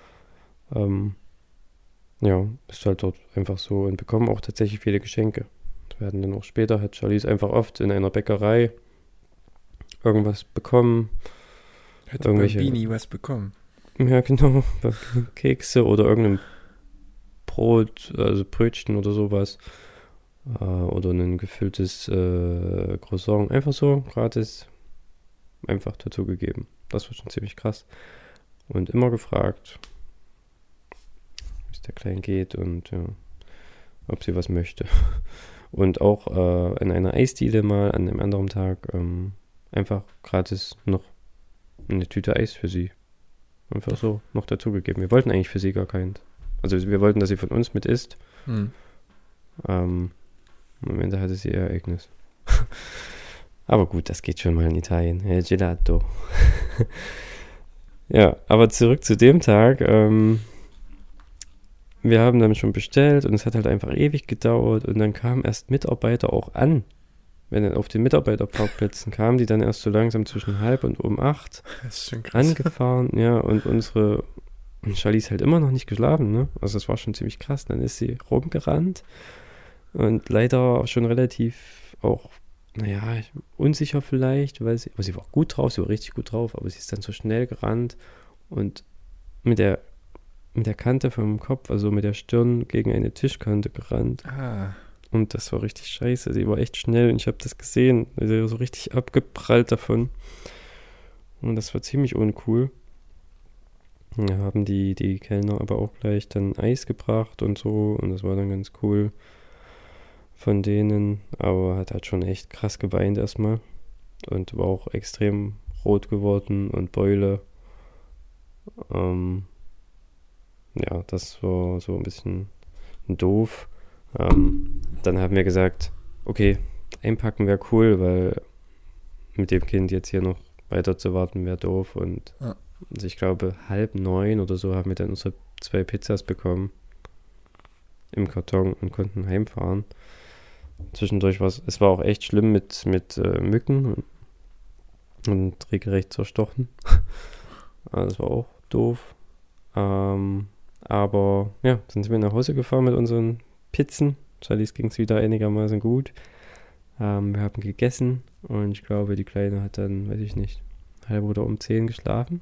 ja, ist halt dort einfach so und bekommen auch tatsächlich viele Geschenke. Das werden dann auch später, hat Charlize einfach oft in einer Bäckerei irgendwas bekommen. Hätte Bambini was bekommen. Ja, genau. Kekse oder irgendein Brot, also Brötchen oder sowas. Oder ein gefülltes Croissant. Einfach so, gratis. Einfach dazu gegeben. Das war schon ziemlich krass. Und immer gefragt, wie es der Kleinen geht und ja, ob sie was möchte. Und auch in einer Eisdiele mal an einem anderen Tag einfach gratis noch eine Tüte Eis für sie. Einfach so noch dazugegeben. Wir wollten eigentlich für sie gar keins. Also wir wollten, dass sie von uns mit isst. Am Ende hatte sie ihr Ereignis. Aber gut, das geht schon mal in Italien. Gelato. Ja, aber zurück zu dem Tag. Wir haben dann schon bestellt und es hat halt einfach ewig gedauert und dann kamen erst Mitarbeiter auch an. Wenn dann auf den Mitarbeiterparkplätzen kamen, die dann erst so langsam zwischen 7:30 und 7:30 das ist schon krass. Angefahren. Ja, und Charlize halt immer noch nicht geschlafen, ne? Also das war schon ziemlich krass. Dann ist sie rumgerannt und leider schon relativ auch, unsicher vielleicht, aber sie war gut drauf, sie war richtig gut drauf, aber sie ist dann so schnell gerannt und mit der Kante vom Kopf, also mit der Stirn gegen eine Tischkante gerannt. Und das war richtig scheiße. Sie war echt schnell und ich habe das gesehen. Sie war so richtig abgeprallt davon. Und das war ziemlich uncool. Da haben die Kellner aber auch gleich dann Eis gebracht und so. Und das war dann ganz cool von denen. Aber hat halt schon echt krass geweint erstmal. Und war auch extrem rot geworden und Beule. Ja, das war so ein bisschen doof. Dann haben wir gesagt, okay, einpacken wäre cool, weil mit dem Kind jetzt hier noch weiter zu warten wäre doof. Und also ich glaube 8:30 oder so haben wir dann unsere 2 Pizzas bekommen im Karton und konnten heimfahren. Zwischendurch war es war auch echt schlimm mit Mücken und regelrecht zerstochen. Das war auch doof. Aber ja, dann sind wir nach Hause gefahren mit unseren Pizzen. Charlize ging es wieder einigermaßen gut. Wir haben gegessen und ich glaube, die Kleine hat dann, weiß ich nicht, 9:30 oder um 10 geschlafen.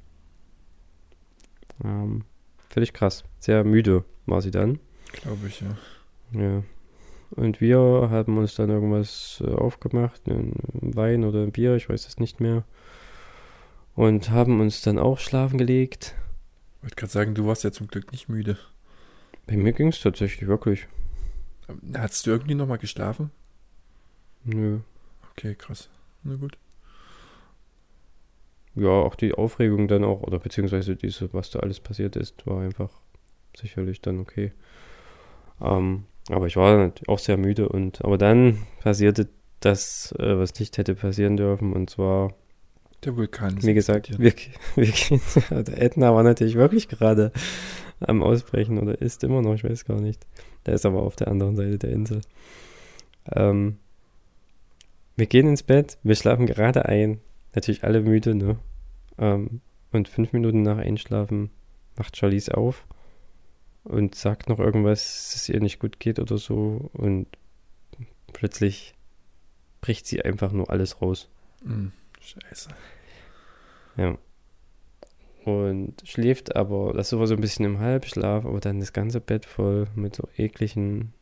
Völlig krass. Sehr müde war sie dann. Glaube ich, ja. Ja. Und wir haben uns dann irgendwas aufgemacht, einen Wein oder ein Bier, ich weiß es nicht mehr. Und haben uns dann auch schlafen gelegt. Ich wollte gerade sagen, du warst ja zum Glück nicht müde. Bei mir ging es tatsächlich wirklich. Hattest du irgendwie nochmal geschlafen? Nö. Okay, krass. Na gut. Ja, auch die Aufregung dann auch, oder beziehungsweise was da alles passiert ist, war einfach sicherlich dann okay. Aber ich war auch sehr müde aber dann passierte das, was nicht hätte passieren dürfen, und zwar Der Vulkan ist wie gesagt, wir gehen. Der Ätna war natürlich wirklich gerade am Ausbrechen oder ist immer noch, ich weiß gar nicht. Der ist aber auf der anderen Seite der Insel. Wir gehen ins Bett, wir schlafen gerade ein. Natürlich alle müde, ne? Und 5 Minuten nach Einschlafen macht Charlize auf und sagt noch irgendwas, dass es ihr nicht gut geht oder so. Und plötzlich bricht sie einfach nur alles raus. Scheiße. Ja. Und schläft aber, das war so ein bisschen im Halbschlaf, aber dann das ganze Bett voll mit so ekligen,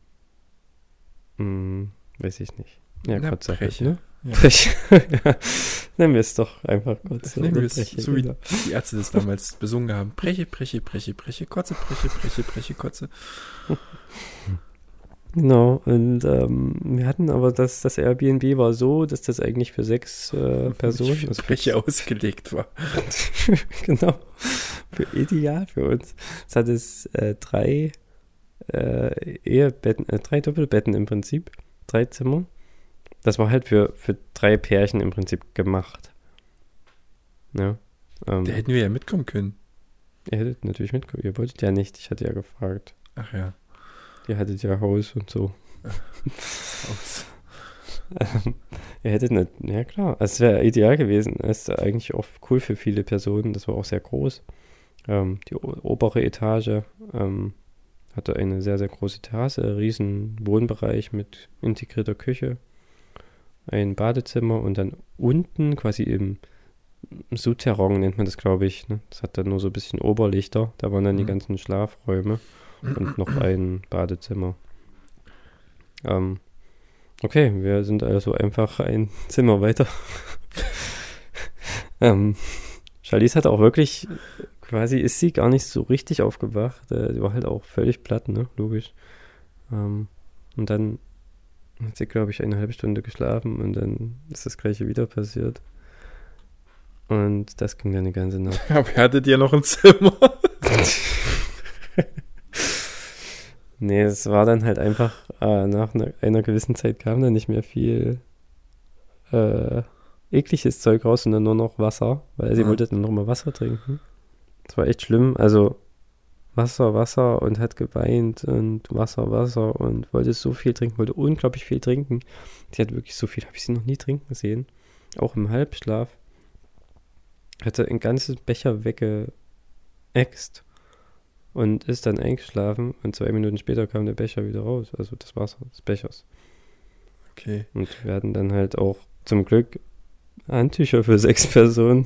weiß ich nicht. Ja, Kotze halt, ne? Ja. Breche. Ja. Nennen wir es doch einfach kurz. Nehmen wir es so, wie die Ärzte das damals besungen haben. Breche, Breche, Breche, Breche, Kotze, Breche, Breche, Breche, Kotze. Genau, und wir hatten aber das Airbnb war so, dass das eigentlich für 6 Personen für Breche ausgelegt war. Genau, ideal für uns. Es hat 3 Ehebetten, 3 Doppelbetten im Prinzip, 3 Zimmer. Das war halt für 3 Pärchen im Prinzip gemacht. Ja, da hätten wir ja mitkommen können. Ihr hättet natürlich mitkommen, ihr wolltet ja nicht, ich hatte ja gefragt. Ach ja. Ihr hattet ja Haus und so. Haus. Ihr hättet nicht, ja klar, es wäre ideal gewesen. Es ist eigentlich auch cool für viele Personen, das war auch sehr groß. Die obere Etage hatte eine sehr, sehr große Terrasse, riesen Wohnbereich mit integrierter Küche, ein Badezimmer und dann unten quasi im Souterrain nennt man das, glaube ich. Ne? Das hat dann nur so ein bisschen Oberlichter, da waren dann die ganzen Schlafräume und noch ein Badezimmer. Okay, wir sind also einfach ein Zimmer weiter. Charlize hat auch wirklich, quasi ist sie gar nicht so richtig aufgewacht. Sie war halt auch völlig platt, ne? Logisch. Und dann hat sie, glaube ich, 1,5 Stunde geschlafen und dann ist das Gleiche wieder passiert. Und das ging dann die ganze Nacht. Aber ihr hattet ja noch ein Zimmer. Nee, es war dann halt einfach, nach einer gewissen Zeit kam dann nicht mehr viel ekliges Zeug raus, sondern nur noch Wasser, weil sie wollte dann noch mal Wasser trinken. Das war echt schlimm, also Wasser und hat geweint und Wasser und wollte so viel trinken, wollte unglaublich viel trinken. Sie hat wirklich so viel, habe ich sie noch nie trinken sehen, auch im Halbschlaf. Hatte einen ganzen Becher weggeäxt und ist dann eingeschlafen und 2 Minuten später kam der Becher wieder raus, also das Wasser des Bechers. Okay. Und wir hatten dann halt auch zum Glück Handtücher für 6 Personen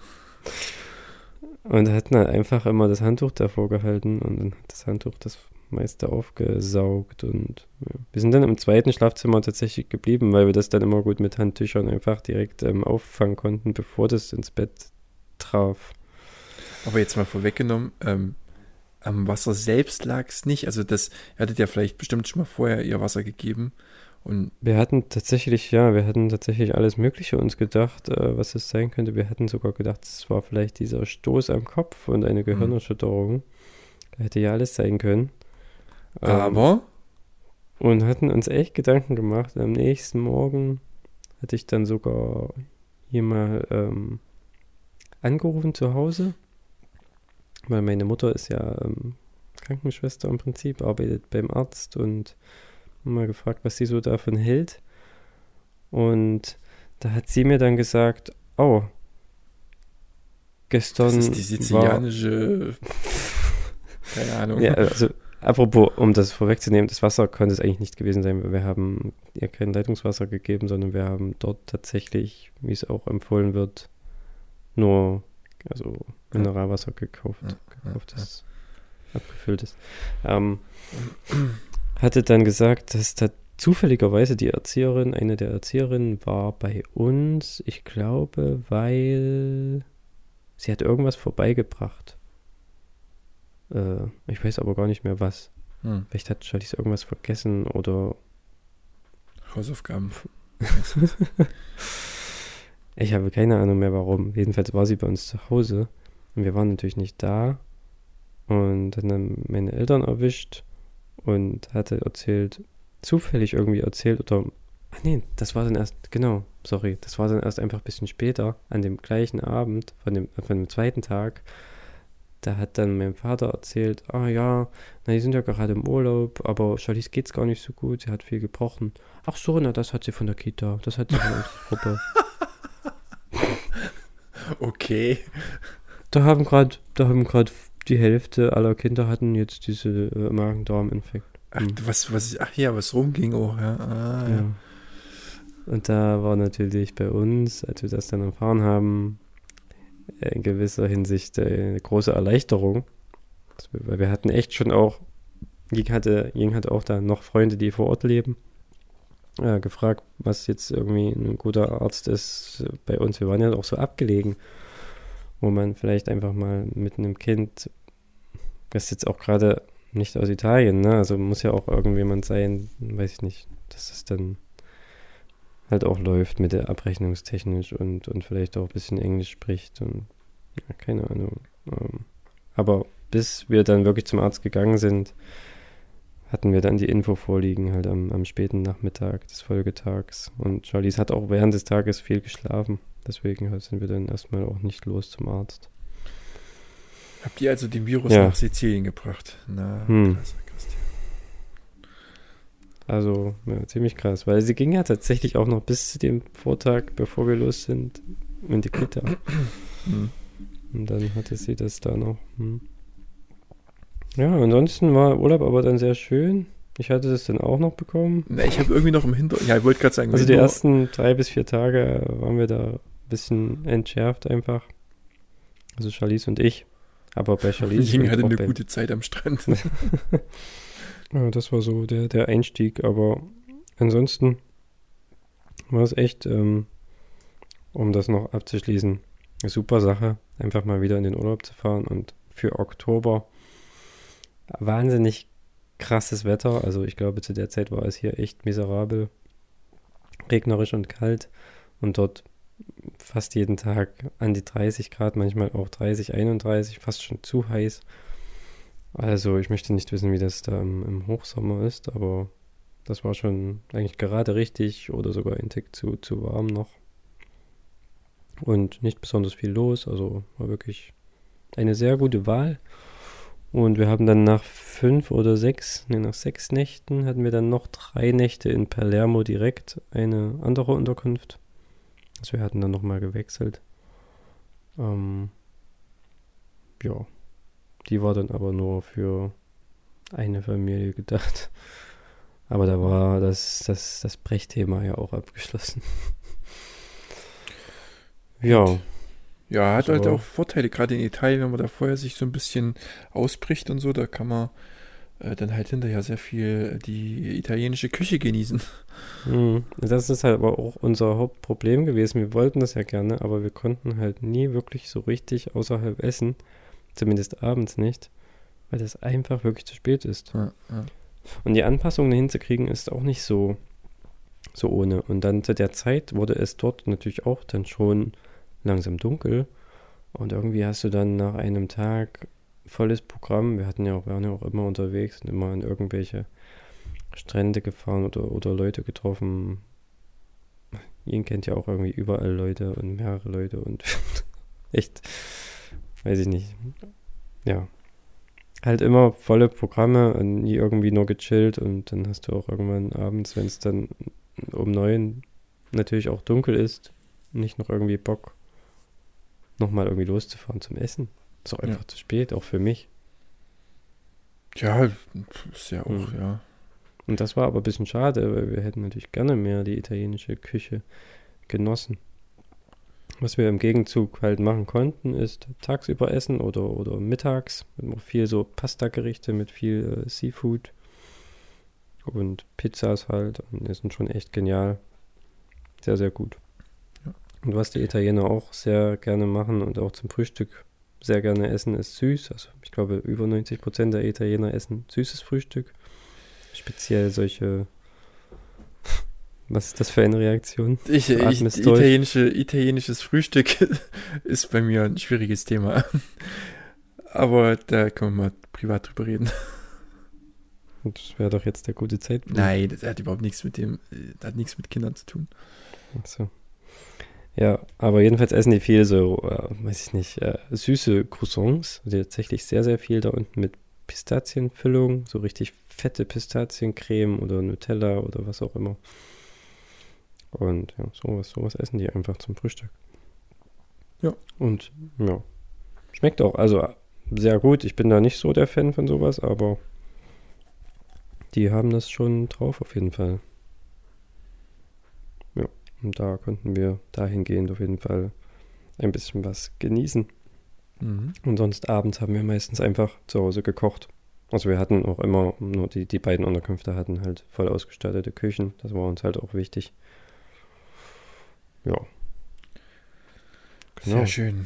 und hatten halt einfach immer das Handtuch davor gehalten und dann hat das Handtuch das meiste aufgesaugt und ja. Wir sind dann im zweiten Schlafzimmer tatsächlich geblieben, weil wir das dann immer gut mit Handtüchern einfach direkt auffangen konnten, bevor das ins Bett traf. Aber jetzt mal vorweggenommen, am Wasser selbst lag es nicht. Also ihr hattet ja vielleicht bestimmt schon mal vorher ihr Wasser gegeben. Und wir hatten tatsächlich alles Mögliche uns gedacht, was es sein könnte. Wir hatten sogar gedacht, es war vielleicht dieser Stoß am Kopf und eine Gehirnerschütterung. Da hätte ja alles sein können. Aber? Und hatten uns echt Gedanken gemacht. Am nächsten Morgen hatte ich dann sogar hier mal angerufen zu Hause, weil meine Mutter ist ja Krankenschwester im Prinzip, arbeitet beim Arzt und mal gefragt, was sie so davon hält. Und da hat sie mir dann gesagt, oh, gestern das ist die sizilianische keine Ahnung. Ja, also apropos, um das vorwegzunehmen, das Wasser konnte es eigentlich nicht gewesen sein, weil wir haben ihr kein Leitungswasser gegeben, sondern wir haben dort tatsächlich, wie es auch empfohlen wird, nur Mineralwasser gekauft, das abgefüllt ist. Hatte dann gesagt, dass da zufälligerweise eine der Erzieherinnen war bei uns, ich glaube, weil sie hat irgendwas vorbeigebracht. Ich weiß aber gar nicht mehr was. Vielleicht hat Charlize irgendwas vergessen oder Hausaufgaben. Ich habe keine Ahnung mehr warum. Jedenfalls war sie bei uns zu Hause und wir waren natürlich nicht da und dann haben meine Eltern erwischt und hatte zufällig irgendwie erzählt oder Ach nee, das war dann erst, genau, sorry, das war dann erst einfach ein bisschen später, an dem gleichen Abend, von dem zweiten Tag. Da hat dann mein Vater erzählt, ja, na, die sind ja gerade im Urlaub, aber Charlize geht's gar nicht so gut, sie hat viel gebrochen. Ach so, na, das hat sie von der Kita, das hat sie von unserer Gruppe. Okay. Da haben gerade die Hälfte aller Kinder hatten jetzt diese Magen-Darm-Infekt. Was rumging auch, ja. Ja. Und da war natürlich bei uns, als wir das dann erfahren haben, in gewisser Hinsicht eine große Erleichterung. Weil wir hatten echt schon auch, Ying hatte auch da noch Freunde, die vor Ort leben, gefragt, was jetzt irgendwie ein guter Arzt ist bei uns. Wir waren ja auch so abgelegen, wo man vielleicht einfach mal mit einem Kind, das ist jetzt auch gerade nicht aus Italien, ne? Also muss ja auch irgendjemand sein, weiß ich nicht, dass es dann halt auch läuft mit der abrechnungstechnisch und vielleicht auch ein bisschen Englisch spricht und ja, keine Ahnung. Aber bis wir dann wirklich zum Arzt gegangen sind, hatten wir dann die Info vorliegen, halt am späten Nachmittag des Folgetags. Und Charlize hat auch während des Tages viel geschlafen. Deswegen sind wir dann erstmal auch nicht los zum Arzt. Habt ihr also den Virus nach Sizilien gebracht? Na, krass. Also, ja, ziemlich krass, weil sie ging ja tatsächlich auch noch bis zu dem Vortag, bevor wir los sind, in die Kita. Und dann hatte sie das da noch. Ja, ansonsten war Urlaub aber dann sehr schön. Ich hatte das dann auch noch bekommen. Na, ich habe irgendwie noch im Hintergrund, ja, ich wollte gerade sagen. Also die ersten 3 bis 4 Tage waren wir da ein bisschen entschärft einfach. Also Charlize und ich. Aber bei Charlize... Ying hatte eine gute Zeit am Strand. Ja, das war so der Einstieg, aber ansonsten war es echt, um das noch abzuschließen, eine super Sache, einfach mal wieder in den Urlaub zu fahren und für Oktober wahnsinnig krasses Wetter, also ich glaube zu der Zeit war es hier echt miserabel, regnerisch und kalt und dort fast jeden Tag an die 30 Grad, manchmal auch 30, 31, fast schon zu heiß. Also ich möchte nicht wissen, wie das da im Hochsommer ist, aber das war schon eigentlich gerade richtig oder sogar ein Tick zu warm noch. Und nicht besonders viel los, also war wirklich eine sehr gute Wahl. Und wir haben dann nach 6 Nächten hatten wir dann noch 3 Nächte in Palermo direkt eine andere Unterkunft. Also wir hatten dann nochmal gewechselt. Ja. Die war dann aber nur für eine Familie gedacht. Aber da war das Brechthema ja auch abgeschlossen. Ja. Ja, hat halt auch Vorteile, gerade in Italien, wenn man da vorher sich so ein bisschen ausbricht und so, da kann man dann halt hinterher sehr viel die italienische Küche genießen. Das ist halt aber auch unser Hauptproblem gewesen. Wir wollten das ja gerne, aber wir konnten halt nie wirklich so richtig außerhalb essen. Zumindest abends nicht, weil das einfach wirklich zu spät ist. Ja. Und die Anpassungen hinzukriegen ist auch nicht so ohne. Und dann zu der Zeit wurde es dort natürlich auch dann schon langsam dunkel. Und irgendwie hast du dann nach einem Tag volles Programm. Wir waren ja auch immer unterwegs und immer an irgendwelche Strände gefahren oder Leute getroffen. Ihr kennt ja auch irgendwie überall Leute und mehrere Leute und echt... Weiß ich nicht. Ja. Halt immer volle Programme und nie irgendwie nur gechillt und dann hast du auch irgendwann abends, wenn es dann um 9 natürlich auch dunkel ist, nicht noch irgendwie Bock, nochmal irgendwie loszufahren zum Essen. Ist auch einfach zu spät, auch für mich. Ja, ist ja auch, ja. Und das war aber ein bisschen schade, weil wir hätten natürlich gerne mehr die italienische Küche genossen. Was wir im Gegenzug halt machen konnten, ist tagsüber essen oder mittags. Mit viel so Pasta-Gerichte mit viel Seafood und Pizzas halt. Und die sind schon echt genial. Sehr, sehr gut. Ja. Und was die Italiener auch sehr gerne machen und auch zum Frühstück sehr gerne essen, ist süß. Also ich glaube, über 90% der Italiener essen süßes Frühstück. Speziell solche... Was ist das für eine Reaktion? Italienisches Frühstück ist bei mir ein schwieriges Thema. Aber da können wir mal privat drüber reden. Das wäre doch jetzt der gute Zeitpunkt. Nein, das hat überhaupt nichts mit mit Kindern zu tun. Ach so. Ja, aber jedenfalls essen die viel so, weiß ich nicht, süße Croissants. Also tatsächlich sehr, sehr viel da unten mit Pistazienfüllung, so richtig fette Pistaziencreme oder Nutella oder was auch immer. Und ja, sowas essen die einfach zum Frühstück. Ja. Und ja, schmeckt auch, also sehr gut. Ich bin da nicht so der Fan von sowas, aber die haben das schon drauf auf jeden Fall. Ja, und da konnten wir dahingehend auf jeden Fall ein bisschen was genießen. Mhm. Und sonst abends haben wir meistens einfach zu Hause gekocht. Also wir hatten auch immer, nur die beiden Unterkünfte hatten halt voll ausgestattete Küchen. Das war uns halt auch wichtig. Ja. Genau. Sehr schön.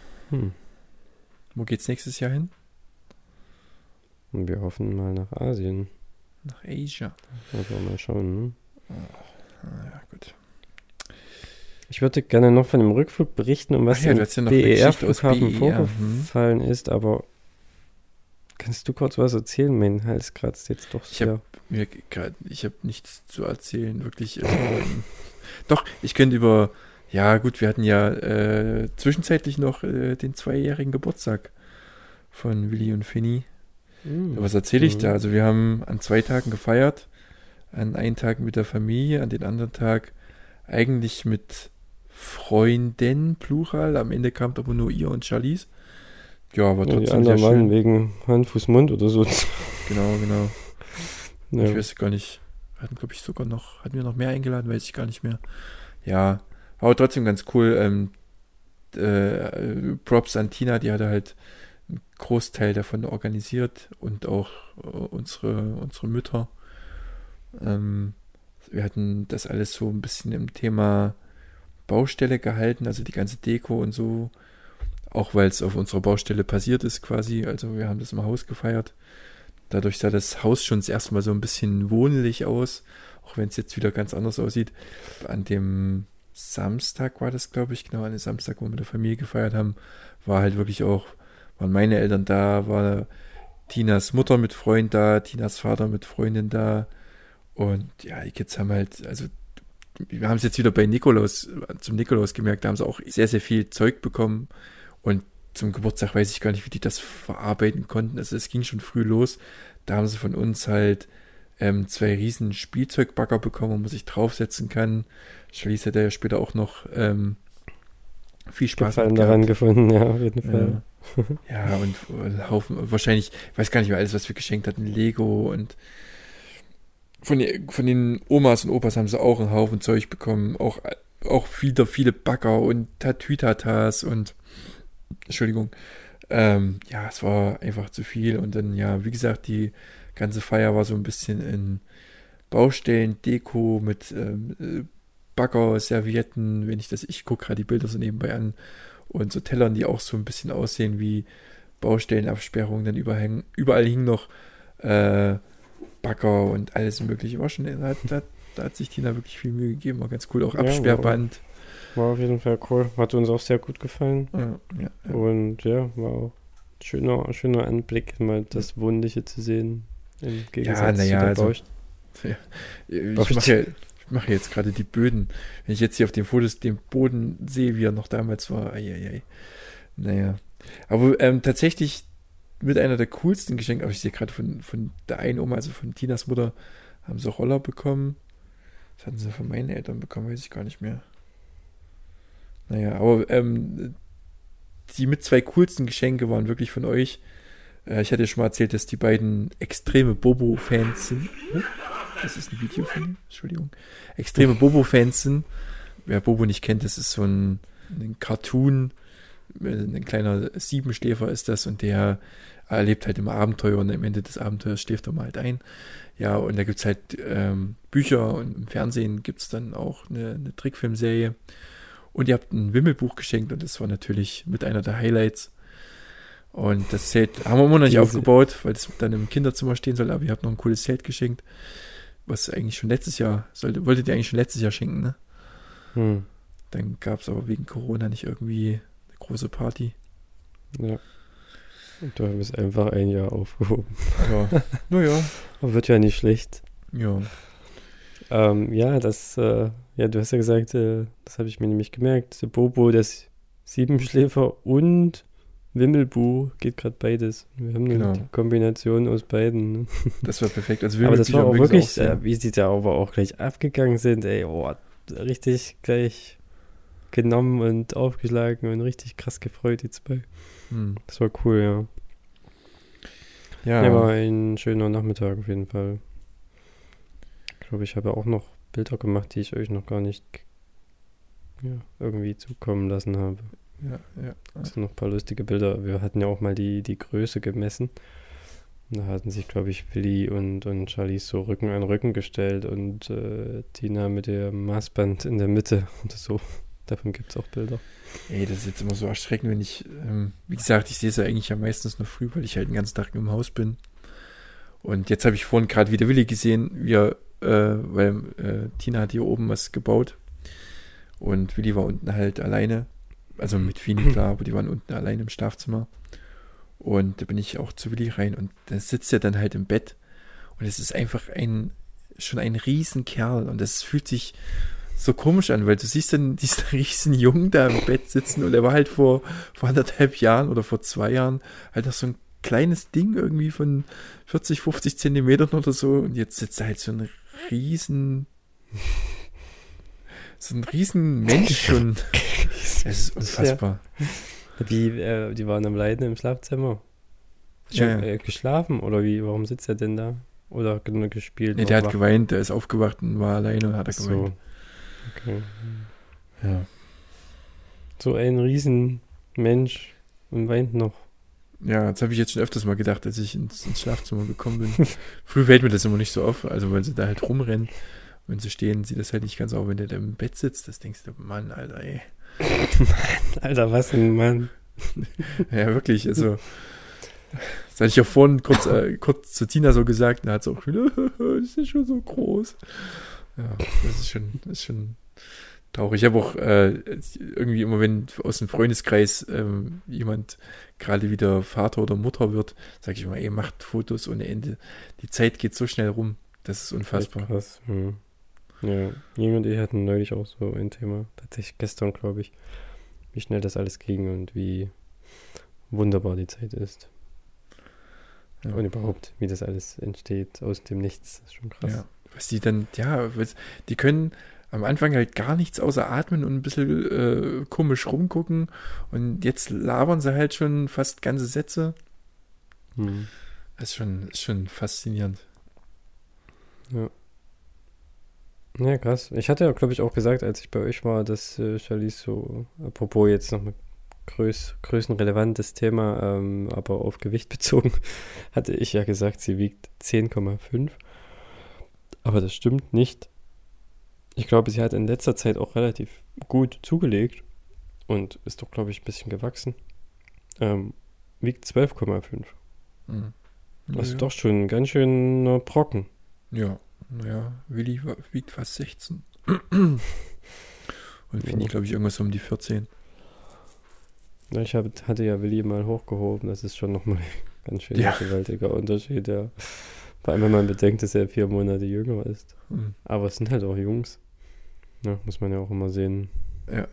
Wo geht's nächstes Jahr hin? Und wir hoffen mal nach Asien. Nach Asia. Also mal schauen, ne? Ja, gut. Ich würde gerne noch von dem Rückflug berichten, um was im BER-Flughafen vorgefallen ist, aber kannst du kurz was erzählen? Mein Hals kratzt jetzt doch sehr. Ich habe nichts zu erzählen, wirklich. Doch, ich könnte ja gut, wir hatten ja zwischenzeitlich noch den 2-jährigen Geburtstag von Willi und Finny. Was erzähle ich da? Also wir haben an 2 Tagen gefeiert, an einen Tag mit der Familie, an den anderen Tag eigentlich mit Freunden, Plural, am Ende kam aber nur ihr und Charlize. Ja, aber trotzdem die anderen sehr schön. Waren wegen Hand, Fuß, Mund oder so. Genau. Ja. Ich weiß gar nicht, hatten wir noch mehr eingeladen, weiß ich gar nicht mehr. Ja, aber trotzdem ganz cool. Props an Tina, die hatte halt einen Großteil davon organisiert und auch unsere Mütter. Wir hatten das alles so ein bisschen im Thema Baustelle gehalten, also die ganze Deko und so, auch weil es auf unserer Baustelle passiert ist quasi, also wir haben das im Haus gefeiert. Dadurch sah das Haus schon das erste Mal so ein bisschen wohnlich aus, auch wenn es jetzt wieder ganz anders aussieht. An dem Samstag war das, glaube ich, genau, an dem Samstag, wo wir mit der Familie gefeiert haben, waren meine Eltern da, war Tinas Mutter mit Freund da, Tinas Vater mit Freundin da und ja, die Kids haben halt, also wir haben es jetzt wieder zum Nikolaus gemerkt, da haben sie auch sehr, sehr viel Zeug bekommen und zum Geburtstag weiß ich gar nicht, wie die das verarbeiten konnten. Also es ging schon früh los. Da haben sie von uns halt 2 riesen Spielzeugbagger bekommen, wo man sich draufsetzen kann. Charlize hat ja später auch noch viel Spaß daran gefunden, ja, auf jeden Fall. Ja, und ein Haufen, wahrscheinlich, ich weiß gar nicht mehr alles, was wir geschenkt hatten, Lego und von den Omas und Opas haben sie auch einen Haufen Zeug bekommen, auch viele Bagger und Tatütatas und Entschuldigung. Ja, es war einfach zu viel und dann, ja, wie gesagt, die ganze Feier war so ein bisschen in Baustellen, Deko mit Bagger, Servietten, ich gucke gerade die Bilder so nebenbei an und so Tellern, die auch so ein bisschen aussehen wie Baustellenabsperrungen, dann überall hingen noch Bagger und alles mögliche. War schon, da hat sich Tina wirklich viel Mühe gegeben, war ganz cool, auch Absperrband. War auf jeden Fall cool. Hat uns auch sehr gut gefallen. Ja. Und ja, war auch ein schöner Anblick, mal das Wohnliche zu sehen. Im Gegensatz zu der Baustelle. Ich mache jetzt gerade die Böden. Wenn ich jetzt hier auf den Fotos den Boden sehe, wie er noch damals war. Naja. Aber tatsächlich mit einer der coolsten Geschenke, aber ich sehe gerade von der einen Oma, also von Tinas Mutter, haben sie Roller bekommen. Das hatten sie von meinen Eltern bekommen, weiß ich gar nicht mehr. Naja, aber die mit 2 coolsten Geschenke waren wirklich von euch. Ich hatte ja schon mal erzählt, dass die beiden extreme Bobo-Fans sind. Das ist ein Video von denen, Entschuldigung. Extreme Bobo-Fans sind. Wer Bobo nicht kennt, das ist so ein Cartoon. Ein kleiner Siebenschläfer ist das und der erlebt halt immer Abenteuer und am Ende des Abenteuers schläft er mal halt ein. Ja, und da gibt es halt Bücher und im Fernsehen gibt es dann auch eine Trickfilmserie. Und ihr habt ein Wimmelbuch geschenkt und das war natürlich mit einer der Highlights. Und das Zelt haben wir immer noch nicht aufgebaut, weil es dann im Kinderzimmer stehen soll, aber ihr habt noch ein cooles Zelt geschenkt, was eigentlich schon wolltet ihr eigentlich schon letztes Jahr schenken, ne? Dann gab es aber wegen Corona nicht irgendwie eine große Party. Ja. Und du bist einfach ein Jahr aufgehoben. Ja, naja. Aber wird ja nicht schlecht. Ja. Ja, du hast ja gesagt, das habe ich mir nämlich gemerkt, Bobo, das Siebenschläfer und Wimmelbu geht gerade beides. Wir haben nur die Kombination aus beiden. Ne? Das war perfekt. Also aber das war auch wirklich, wie sie da aber auch gleich abgegangen sind, ey, richtig gleich genommen und aufgeschlagen und richtig krass gefreut, die zwei. Das war cool, ja. Ja, war ein schöner Nachmittag auf jeden Fall. Ich glaube, ich habe auch noch Bilder gemacht, die ich euch noch gar nicht irgendwie zukommen lassen habe. Ja. Das sind noch ein paar lustige Bilder. Wir hatten ja auch mal die Größe gemessen. Und da hatten sich, glaube ich, Willi und Charlize so Rücken an Rücken gestellt und Tina mit dem Maßband in der Mitte oder so. Davon gibt es auch Bilder. Ey, das ist jetzt immer so erschreckend, wenn ich, wie gesagt, ich sehe es ja eigentlich ja meistens nur früh, weil ich halt den ganzen Tag im Haus bin. Und jetzt habe ich vorhin gerade wieder Willi gesehen, weil Tina hat hier oben was gebaut und Willi war unten halt alleine, also mit Fini klar, aber die waren unten alleine im Schlafzimmer und da bin ich auch zu Willi rein und da sitzt er dann halt im Bett und es ist einfach schon ein Riesenkerl und das fühlt sich so komisch an, weil du siehst dann diesen riesen Jungen da im Bett sitzen und er war halt vor 1,5 Jahren oder vor 2 Jahren halt noch so ein kleines Ding irgendwie von 40, 50 Zentimetern oder so und jetzt sitzt da halt so ein riesen Mensch schon. Das ist unfassbar. Ja. Die waren am Leiden im Schlafzimmer. Geschlafen oder wie? Warum sitzt er denn da? Oder nur gespielt? Nee, der hat geweint, der ist aufgewacht und war alleine und hat geweint. Okay. Ja. So ein riesen Mensch und weint noch. Ja, das habe ich jetzt schon öfters mal gedacht, als ich ins Schlafzimmer gekommen bin. Früher fällt mir das immer nicht so auf, also weil sie da halt rumrennen. Wenn sie stehen, sieht das halt nicht ganz auf. Wenn der da im Bett sitzt, das denkst du, Mann, Alter, ey. Mann, Alter, was ein Mann. Ja, wirklich, also das hatte ich auch vorhin kurz zu Tina so gesagt, und da hat sie auch das ist schon so groß. Ja, das ist schon traurig. Ich habe auch irgendwie immer, wenn aus dem Freundeskreis jemand gerade wieder Vater oder Mutter wird, sage ich immer, ey, macht Fotos ohne Ende. Die Zeit geht so schnell rum. Das ist unfassbar. Krass. Ja, Jing und ich hatten neulich auch so ein Thema, tatsächlich gestern, glaube ich, wie schnell das alles ging und wie wunderbar die Zeit ist. Ja. Und überhaupt, wie das alles entsteht aus dem Nichts. Das ist schon krass. Ja, was die dann, die können am Anfang halt gar nichts außer atmen und ein bisschen komisch rumgucken und jetzt labern sie halt schon fast ganze Sätze. Das ist schon faszinierend. Ja. Ja, krass. Ich hatte ja, glaube ich, auch gesagt, als ich bei euch war, dass Charlize so, apropos jetzt noch ein größenrelevantes Thema, aber auf Gewicht bezogen, hatte ich ja gesagt, sie wiegt 10,5. Aber das stimmt nicht. Ich glaube, sie hat in letzter Zeit auch relativ gut zugelegt und ist doch, glaube ich, ein bisschen gewachsen. Wiegt 12,5. Das ist doch schon ein ganz schöner Brocken. Ja, naja, Willi wiegt fast 16. Und Fini, glaube ich, irgendwas um die 14. Ja, ich hatte ja Willi mal hochgehoben, das ist schon nochmal ein ganz schön gewaltiger Unterschied, ja. Vor allem, wenn man bedenkt, dass er 4 Monate jünger ist. Aber es sind halt auch Jungs. Ja, muss man ja auch immer sehen. Ja.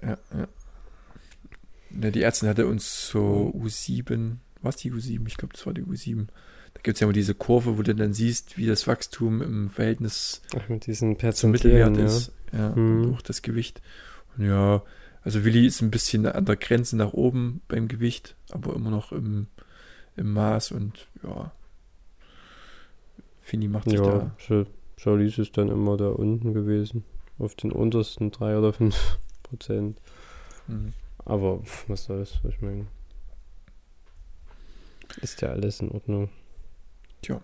Die Ärztin hatte uns so U7, was die U7? Ich glaube, das war die U7. Da gibt es ja immer diese Kurve, wo du dann siehst, wie das Wachstum im Verhältnis mit diesen zum Mittelwert ist. Ja, und auch das Gewicht. Und ja, also Willi ist ein bisschen an der Grenze nach oben beim Gewicht, aber immer noch im Maß und ja, Fini macht sich da. Charlize ist dann immer da unten gewesen, auf den untersten 3 oder 5%. Aber was soll's, ich meine, ist ja alles in Ordnung. Tja.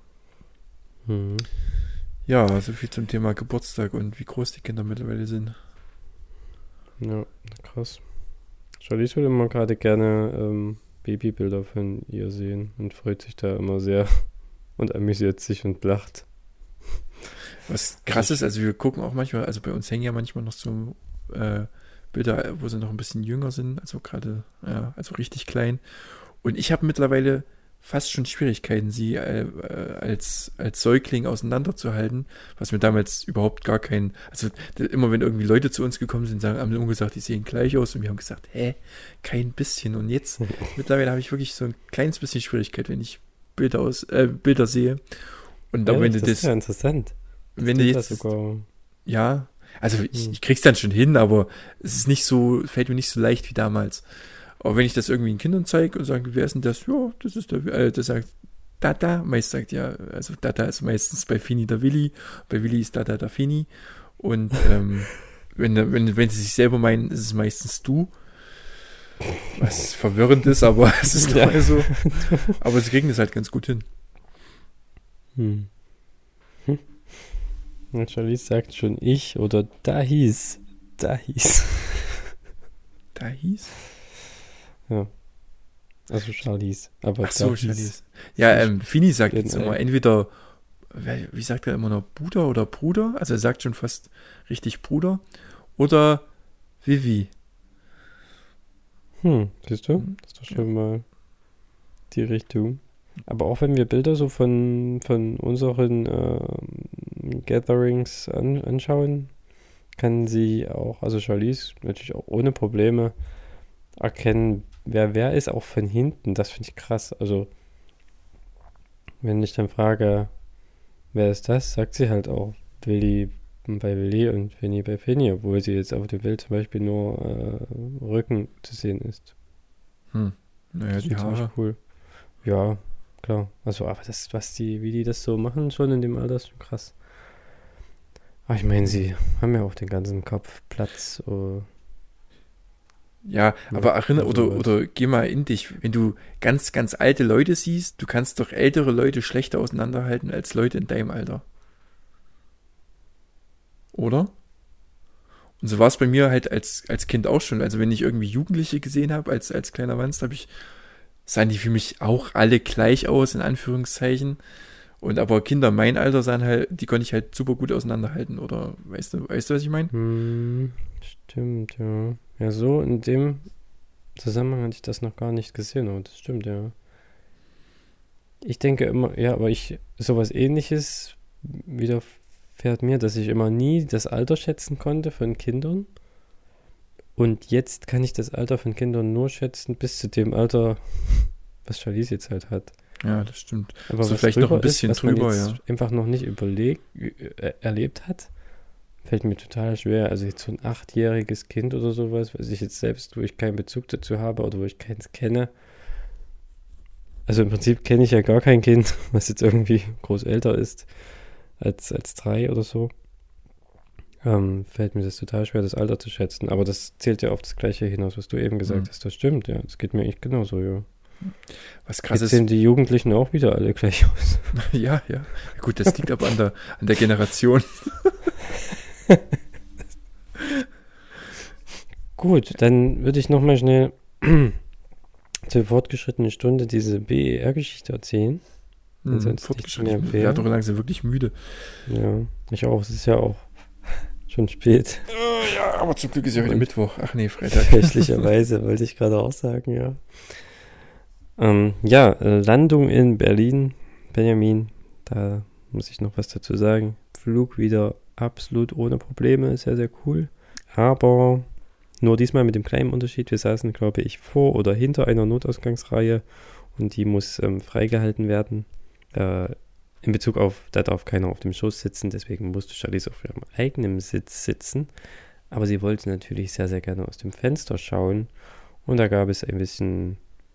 Ja, so viel zum Thema Geburtstag und wie groß die Kinder mittlerweile sind. Ja, krass. Charlize würde immer gerade gerne Babybilder von ihr sehen und freut sich da immer sehr und amüsiert sich und lacht. Was krass ist, also wir gucken auch manchmal, also bei uns hängen ja manchmal noch so Bilder, wo sie noch ein bisschen jünger sind, also gerade, also richtig klein. Und ich habe mittlerweile fast schon Schwierigkeiten, sie als Säugling auseinanderzuhalten, was mir damals überhaupt gar kein, also immer wenn irgendwie Leute zu uns gekommen sind, haben immer gesagt, die sehen gleich aus und wir haben gesagt, kein bisschen. Und jetzt mittlerweile habe ich wirklich so ein kleines bisschen Schwierigkeit, wenn ich Bilder sehe. Und aber wenn du das ist ja interessant. Wenn du jetzt sogar, ja, also ich krieg's dann schon hin, aber es ist nicht so, fällt mir nicht so leicht wie damals. Aber wenn ich das irgendwie den Kindern zeige und sage, wer ist denn das? Ja, das ist der sagt Dada. Meist sagt ja, also Dada ist meistens bei Fini der Willi, bei Willi ist Dada der Fini. Und wenn sie sich selber meinen, ist es meistens du. Was verwirrend ist, aber es ist doch mal so. Aber sie kriegen das halt ganz gut hin. Und Charlize sagt schon ich oder da hieß. Da hieß? Ja. Also Charlize. Aber ach so, Charlize. Ja, Fini sagt jetzt immer entweder, wie sagt er immer noch, Bruder oder Bruder? Also er sagt schon fast richtig Bruder. Oder Vivi. Siehst du? Das ist doch schon mal die Richtung. Aber auch wenn wir Bilder so von unseren Gatherings anschauen, kann sie auch, also Charlize natürlich auch ohne Probleme erkennen, wer ist, auch von hinten. Das finde ich krass. Also wenn ich dann frage, wer ist das, sagt sie halt auch Willi bei Willi und Finny bei Finny, obwohl sie jetzt auf dem Bild zum Beispiel nur Rücken zu sehen ist. Naja, die Haare. Cool. Ja, klar. Also, aber das, wie die das so machen, schon in dem Alter, ist schon krass. Aber ich meine, sie haben ja auch den ganzen Kopf Platz. Ja, aber erinnere, oder geh mal in dich, wenn du ganz, ganz alte Leute siehst, du kannst doch ältere Leute schlechter auseinanderhalten als Leute in deinem Alter. Oder? Und so war es bei mir halt als Kind auch schon. Also wenn ich irgendwie Jugendliche gesehen habe, als kleiner Wanst, sahen die für mich auch alle gleich aus, in Anführungszeichen. Und aber Kinder mein Alter sahen halt, die konnte ich halt super gut auseinanderhalten. Oder weißt du, was ich meine? Stimmt, ja. Ja, so in dem Zusammenhang hatte ich das noch gar nicht gesehen, aber das stimmt, ja. Ich denke immer, ja, aber sowas Ähnliches widerfährt mir, dass ich immer nie das Alter schätzen konnte von Kindern. Und jetzt kann ich das Alter von Kindern nur schätzen bis zu dem Alter, was Charlize jetzt halt hat. Ja, das stimmt. Aber so vielleicht noch ein bisschen ist, was drüber, man jetzt einfach noch nicht erlebt hat, fällt mir total schwer. Also jetzt so ein 8-jähriges Kind oder sowas, was ich jetzt selbst, wo ich keinen Bezug dazu habe oder wo ich keins kenne. Also im Prinzip kenne ich ja gar kein Kind, was jetzt irgendwie groß älter ist als 3 oder so. Fällt mir das total schwer, das Alter zu schätzen. Aber das zählt ja auf das Gleiche hinaus, was du eben gesagt hast. Das stimmt, ja. Das geht mir echt genauso, ja. Was krass jetzt sehen die Jugendlichen auch wieder alle gleich aus. Ja. Gut, das liegt aber an der Generation. Gut, dann würde ich nochmal schnell zur fortgeschrittenen Stunde diese BER-Geschichte erzählen. Fortgeschritten. Ich werde doch langsam wirklich müde. Ja, ich auch. Es ist ja auch schon spät. Ja, aber zum Glück ist ja heute Mittwoch. Ach nee, Freitag. Fälschlicherweise wollte ich gerade auch sagen, ja. Landung in Berlin, Benjamin, da muss ich noch was dazu sagen. Flug wieder absolut ohne Probleme, sehr, sehr cool. Aber nur diesmal mit dem kleinen Unterschied, wir saßen, glaube ich, vor oder hinter einer Notausgangsreihe und die muss freigehalten werden. In Bezug auf, da darf keiner auf dem Schoß sitzen, deswegen musste Charlize auf ihrem eigenen Sitz sitzen. Aber sie wollte natürlich sehr, sehr gerne aus dem Fenster schauen und da gab es ein bisschen,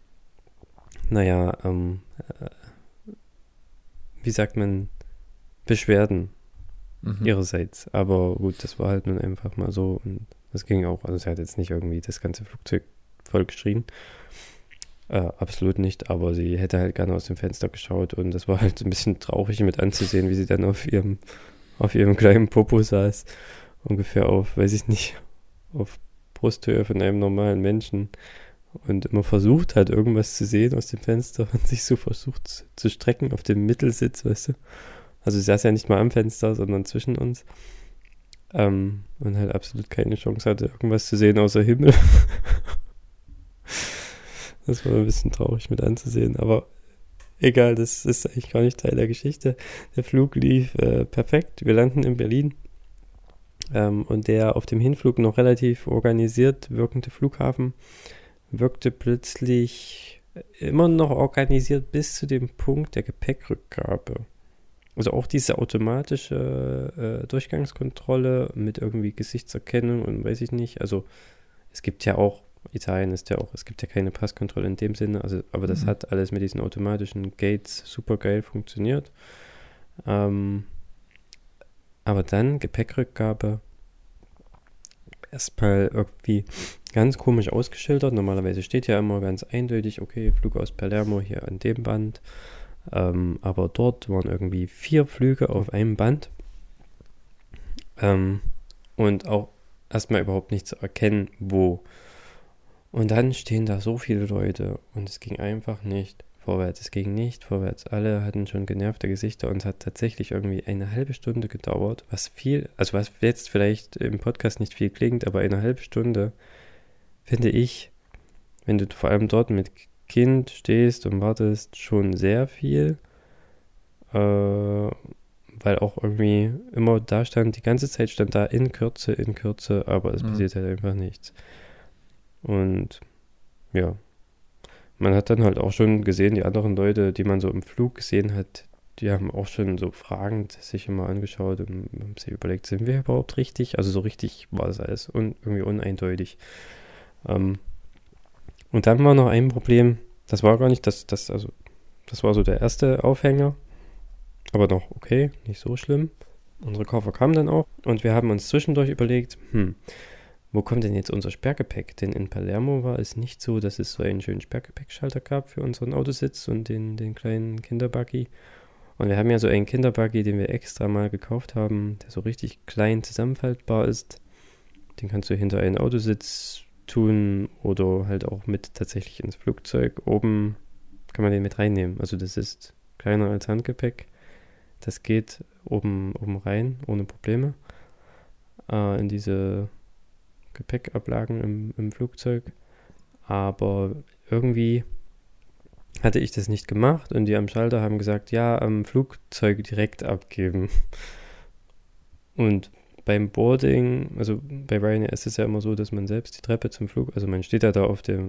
wie sagt man, Beschwerden ihrerseits. Aber gut, das war halt nun einfach mal so und das ging auch. Also sie hat jetzt nicht irgendwie das ganze Flugzeug voll geschrien. Absolut nicht, aber sie hätte halt gerne aus dem Fenster geschaut und das war halt ein bisschen traurig mit anzusehen, wie sie dann auf ihrem kleinen Popo saß. Ungefähr auf Brusthöhe von einem normalen Menschen. Und immer versucht hat, irgendwas zu sehen aus dem Fenster und sich so versucht zu strecken auf dem Mittelsitz, weißt du. Also sie saß ja nicht mal am Fenster, sondern zwischen uns. Und halt absolut keine Chance hatte, irgendwas zu sehen außer Himmel. Das war ein bisschen traurig mit anzusehen. Aber Egal, das ist eigentlich gar nicht Teil der Geschichte. Der Flug lief perfekt. Wir landen in Berlin. Und der auf dem Hinflug noch relativ organisiert wirkende Flughafen wirkte plötzlich immer noch organisiert bis zu dem Punkt der Gepäckrückgabe. Also auch diese automatische Durchgangskontrolle mit irgendwie Gesichtserkennung und weiß ich nicht. Also es gibt ja auch, Italien ist ja auch, es gibt ja keine Passkontrolle in dem Sinne, also, aber das hat alles mit diesen automatischen Gates super geil funktioniert. Aber dann Gepäckrückgabe erstmal irgendwie ganz komisch ausgeschildert. Normalerweise steht ja immer ganz eindeutig, okay, Flug aus Palermo hier an dem Band. Aber dort waren irgendwie 4 Flüge auf einem Band. Und auch erstmal überhaupt nicht zu erkennen, wo. Und dann stehen da so viele Leute und es ging einfach nicht vorwärts. Es ging nicht vorwärts. Alle hatten schon genervte Gesichter und es hat tatsächlich irgendwie eine halbe Stunde gedauert, was jetzt vielleicht im Podcast nicht viel klingt, aber eine halbe Stunde finde ich, wenn du vor allem dort mit Kind stehst und wartest, schon sehr viel, weil auch irgendwie immer da stand, die ganze Zeit stand da in Kürze, aber es passiert halt einfach nichts. Und ja, man hat dann halt auch schon gesehen, die anderen Leute, die man so im Flug gesehen hat, die haben auch schon so fragend sich immer angeschaut und haben sich überlegt, sind wir überhaupt richtig? Also so richtig war das alles irgendwie uneindeutig. Und dann war noch ein Problem, das war gar nicht, das war so der erste Aufhänger, aber noch okay, nicht so schlimm. Unsere Koffer kamen dann auch und wir haben uns zwischendurch überlegt, wo kommt denn jetzt unser Sperrgepäck? Denn in Palermo war es nicht so, dass es so einen schönen Sperrgepäckschalter gab für unseren Autositz und den kleinen Kinderbuggy. Und wir haben ja so einen Kinderbuggy, den wir extra mal gekauft haben, der so richtig klein zusammenfaltbar ist. Den kannst du hinter einen Autositz tun oder halt auch mit tatsächlich ins Flugzeug. Oben kann man den mit reinnehmen. Also das ist kleiner als Handgepäck. Das geht oben rein, ohne Probleme. In diese Gepäckablagen im Flugzeug, aber irgendwie hatte ich das nicht gemacht und die am Schalter haben gesagt, ja, am Flugzeug direkt abgeben. Und beim Boarding, also bei Ryanair ist es ja immer so, dass man selbst die Treppe zum Flug, also man steht ja da auf dem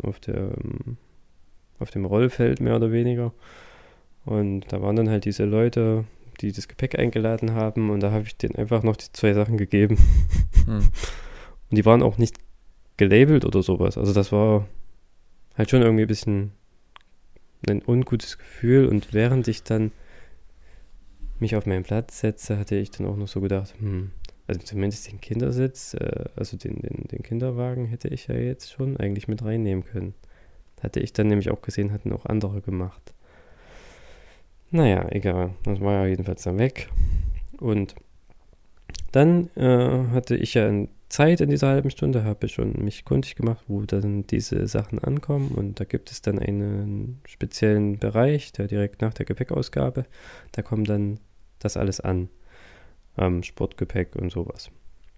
Rollfeld mehr oder weniger und da waren dann halt diese Leute, die das Gepäck eingeladen haben und da habe ich denen einfach noch die 2 Sachen gegeben. Und die waren auch nicht gelabelt oder sowas. Also das war halt schon irgendwie ein bisschen ein ungutes Gefühl. Und während ich dann mich auf meinen Platz setze, hatte ich dann auch noch so gedacht, also zumindest den Kindersitz, also den Kinderwagen hätte ich ja jetzt schon eigentlich mit reinnehmen können. Hatte ich dann nämlich auch gesehen, hatten auch andere gemacht. Naja, egal. Das war ja jedenfalls dann weg. Und dann hatte ich ja Zeit in dieser halben Stunde, habe ich schon mich kundig gemacht, wo dann diese Sachen ankommen und da gibt es dann einen speziellen Bereich, der direkt nach der Gepäckausgabe, da kommt dann das alles an, Sportgepäck und sowas.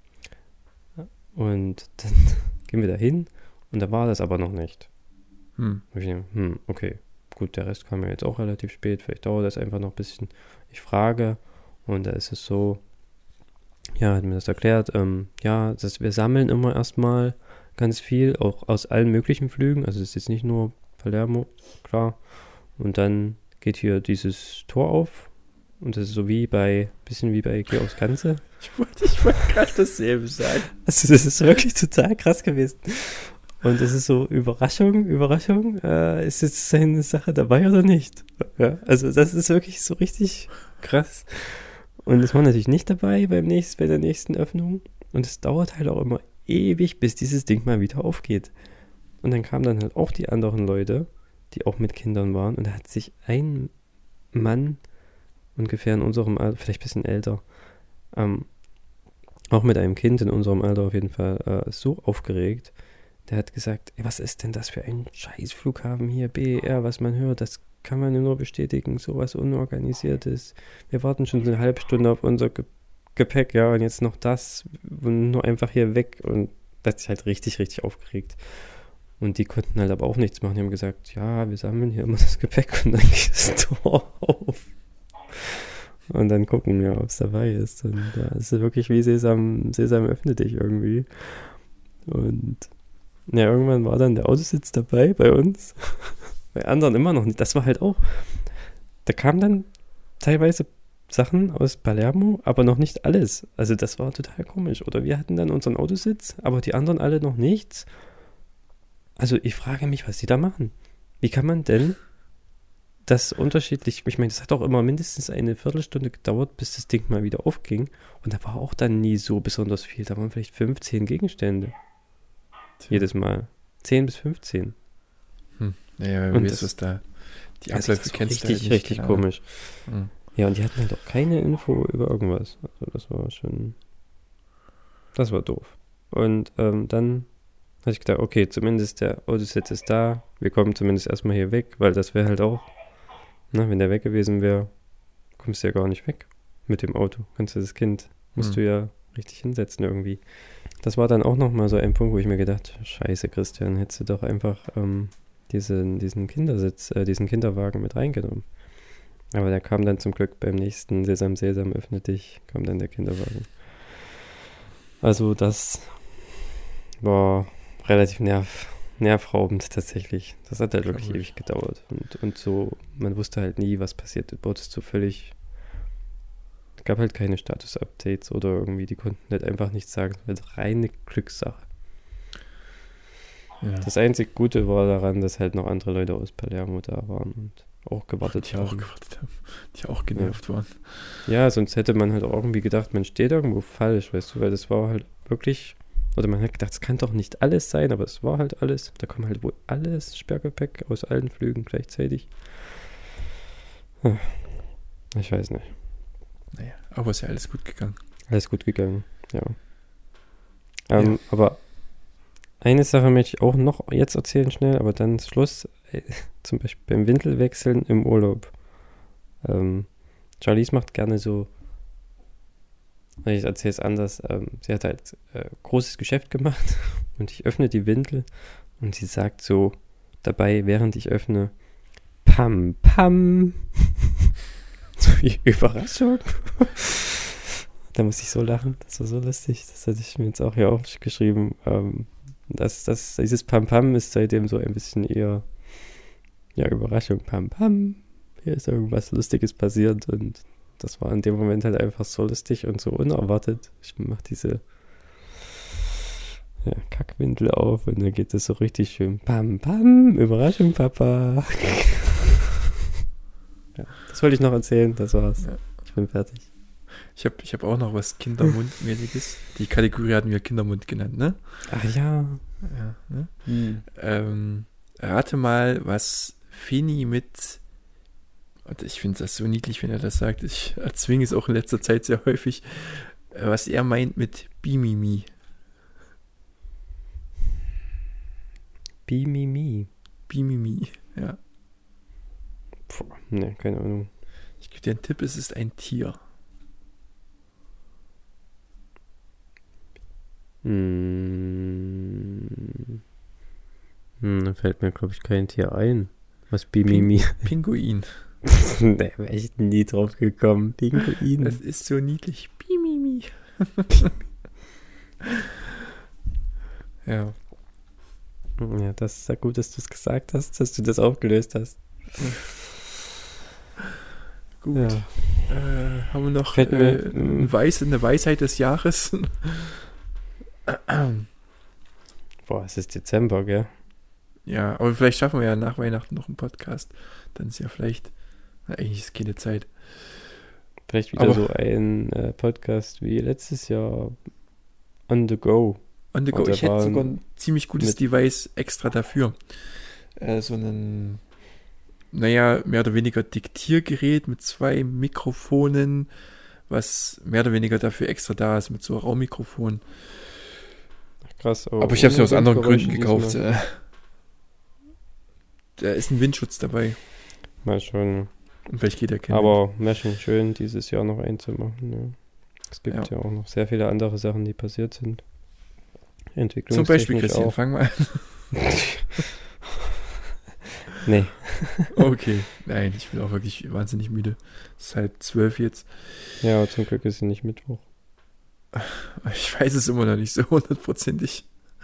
Und dann gehen wir da hin und da war das aber noch nicht. Ich denke, okay, gut, der Rest kam ja jetzt auch relativ spät, vielleicht dauert das einfach noch ein bisschen. Ich frage und da ist es so, ja, hat mir das erklärt, wir sammeln immer erstmal ganz viel, auch aus allen möglichen Flügen, also das ist jetzt nicht nur Palermo, klar, und dann geht hier dieses Tor auf und das ist so bisschen wie bei Geh aufs Ganze. Ich wollte gerade dasselbe sagen. Also das ist wirklich total krass gewesen. Und es ist so, Überraschung, ist jetzt seine Sache dabei oder nicht? Ja, also das ist wirklich so richtig krass. Und es war natürlich nicht dabei bei der nächsten Öffnung. Und es dauert halt auch immer ewig, bis dieses Ding mal wieder aufgeht. Und dann kamen dann halt auch die anderen Leute, die auch mit Kindern waren. Und da hat sich ein Mann, ungefähr in unserem Alter, vielleicht ein bisschen älter, auch mit einem Kind in unserem Alter auf jeden Fall, so aufgeregt. Der hat gesagt, was ist denn das für ein Scheißflughafen hier, BER, was man hört, das kann man nur bestätigen, sowas Unorganisiertes. Wir warten schon eine halbe Stunde auf unser Gepäck, ja, und jetzt noch das, nur einfach hier weg. Und das ist halt richtig, richtig aufgeregt. Und die konnten halt aber auch nichts machen. Die haben gesagt, ja, wir sammeln hier immer das Gepäck und dann geht das Tor auf. Und dann gucken wir, ob es dabei ist. Und da ist es wirklich wie Sesam öffne dich irgendwie. Und ja, irgendwann war dann der Autositz dabei bei uns. Bei anderen immer noch nicht. Das war halt auch, da kamen dann teilweise Sachen aus Palermo, aber noch nicht alles. Also das war total komisch. Oder wir hatten dann unseren Autositz, aber die anderen alle noch nichts. Also ich frage mich, was die da machen. Wie kann man denn das unterschiedlich, ich meine, das hat auch immer mindestens eine Viertelstunde gedauert, bis das Ding mal wieder aufging. Und da war auch dann nie so besonders viel. Da waren vielleicht 15 Gegenstände. Jedes Mal. 10 bis 15. Naja, wer weiß, was da die Abläufe kennst. Richtig komisch. Mhm. Ja, und die hatten halt auch keine Info über irgendwas. Also das war doof. Und dann habe ich gedacht, okay, zumindest der Autositz ist da. Wir kommen zumindest erstmal hier weg, weil das wäre halt auch, wenn der weg gewesen wäre, kommst du ja gar nicht weg mit dem Auto. Kannst du das Kind, musst du ja richtig hinsetzen irgendwie. Das war dann auch nochmal so ein Punkt, wo ich mir gedacht, scheiße Christian, hättest du doch einfach diesen Kindersitz, diesen Kinderwagen mit reingenommen. Aber der kam dann zum Glück beim nächsten Sesam, Sesam, öffne dich, kam dann der Kinderwagen. Also das war relativ nervraubend tatsächlich. Das hat halt wirklich ewig gedauert. Und so, man wusste halt nie, was passiert. Das Boot ist so völlig, es gab halt keine Status-Updates oder irgendwie, die konnten halt einfach nichts sagen. Das war halt reine Glückssache. Ja. Das einzig Gute war daran, dass halt noch andere Leute aus Palermo da waren und auch gewartet haben. Die auch genervt waren. Ja, sonst hätte man halt auch irgendwie gedacht, man steht irgendwo falsch, weißt du, weil das war halt wirklich, oder man hat gedacht, es kann doch nicht alles sein, aber es war halt alles. Da kam halt wohl alles Sperrgepäck aus allen Flügen gleichzeitig. Ich weiß nicht. Naja, aber ist ja alles gut gegangen. Alles gut gegangen, ja. Aber eine Sache möchte ich auch noch jetzt erzählen schnell, aber dann Schluss. Zum Beispiel beim Windelwechseln im Urlaub. Charlize macht gerne so, ich erzähle es anders, sie hat halt großes Geschäft gemacht und ich öffne die Windel und sie sagt so dabei, während ich öffne, Pam, Pam. So wie Überraschung. Da muss ich so lachen, das war so lustig, das hatte ich mir jetzt auch hier aufgeschrieben. Dieses Pam Pam ist seitdem so ein bisschen eher Überraschung, Pam Pam, hier ist irgendwas Lustiges passiert und das war in dem Moment halt einfach so lustig und so unerwartet. Ich mache diese Kackwindel auf und dann geht es so richtig schön, Pam Pam, Überraschung Papa. Das wollte ich noch erzählen, das war's. Ja. Ich bin fertig. Ich hab auch noch was Kindermundmäßiges. Die Kategorie hatten wir Kindermund genannt, ne? Ach ja. Ja, ne? Rate mal, was Feni mit, und ich finde das so niedlich, wenn er das sagt, ich erzwinge es auch in letzter Zeit sehr häufig, was er meint mit Bimimi. Bimimi, ja. Ne, keine Ahnung. Ich gebe dir einen Tipp, es ist ein Tier. Da fällt mir, glaube ich, kein Tier ein. Was Bimimi? Pinguin. Da wäre ich nie drauf gekommen. Pinguin. Das ist so niedlich. Bimimi. Ja. Ja, das ist ja gut, dass du es gesagt hast, dass du das aufgelöst hast. Gut. Ja. Haben wir noch eine Weisheit des Jahres? Boah, es ist Dezember, gell? Ja, aber vielleicht schaffen wir ja nach Weihnachten noch einen Podcast. Dann ist ja vielleicht, eigentlich ist keine Zeit. Vielleicht wieder so ein Podcast wie letztes Jahr, On the Go. On the Go, ich hätte sogar ein ziemlich gutes Device extra dafür. So ein, mehr oder weniger Diktiergerät mit 2 Mikrofonen, was mehr oder weniger dafür extra da ist, mit so Raummikrofon. Krass. Aber ich habe es ja aus anderen Gründen gekauft. Da ist ein Windschutz dabei. Mal schon. Und vielleicht geht der Kind. Aber wäre schon schön, dieses Jahr noch einzumachen. Ja. Es gibt ja auch noch sehr viele andere Sachen, die passiert sind. Zum Beispiel, Christian, fang mal an. Nee. Okay, nein, ich bin auch wirklich wahnsinnig müde. Es ist 11:30 jetzt. Ja, aber zum Glück ist es nicht Mittwoch. Ich weiß es immer noch nicht so 100%ig.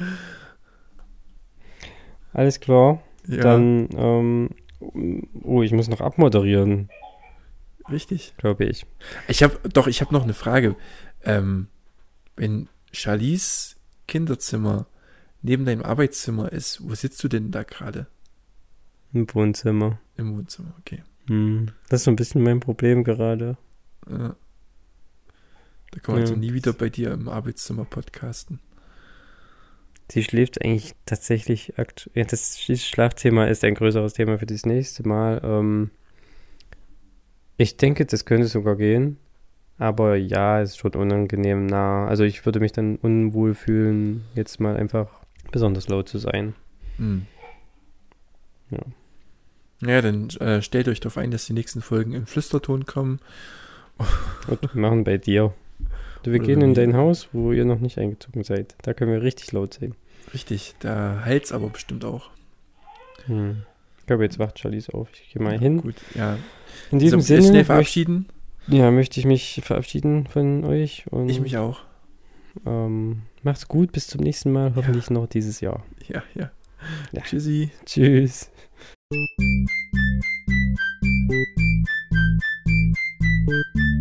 Alles klar. Ja. Dann, ich muss noch abmoderieren. Richtig. Glaube ich. Ich habe noch eine Frage. Wenn Charlies Kinderzimmer neben deinem Arbeitszimmer ist, wo sitzt du denn da gerade? Im Wohnzimmer. Im Wohnzimmer, okay. Das ist so ein bisschen mein Problem gerade. Ja. Da kann man also nie wieder bei dir im Arbeitszimmer podcasten. Sie schläft eigentlich tatsächlich aktuell. Das Schlafthema ist ein größeres Thema für das nächste Mal. Ich denke, das könnte sogar gehen. Aber ja, es ist schon unangenehm nah. Also ich würde mich dann unwohl fühlen, jetzt mal einfach besonders laut zu sein. Ja. Ja, dann stellt euch darauf ein, dass die nächsten Folgen im Flüsterton kommen. Und wir machen bei dir. Wir gehen in dein Haus, wo ihr noch nicht eingezogen seid. Da können wir richtig laut sein. Richtig, da heilt's aber bestimmt auch. Ich glaube, jetzt wacht Charlies auf. Ich gehe mal hin. Gut, ja. In diesem Sinne schnell verabschieden. Möchte ich mich verabschieden von euch. Und, ich mich auch. Macht's gut, bis zum nächsten Mal. Hoffentlich noch dieses Jahr. Ja. Tschüssi. Tschüss. Thank you.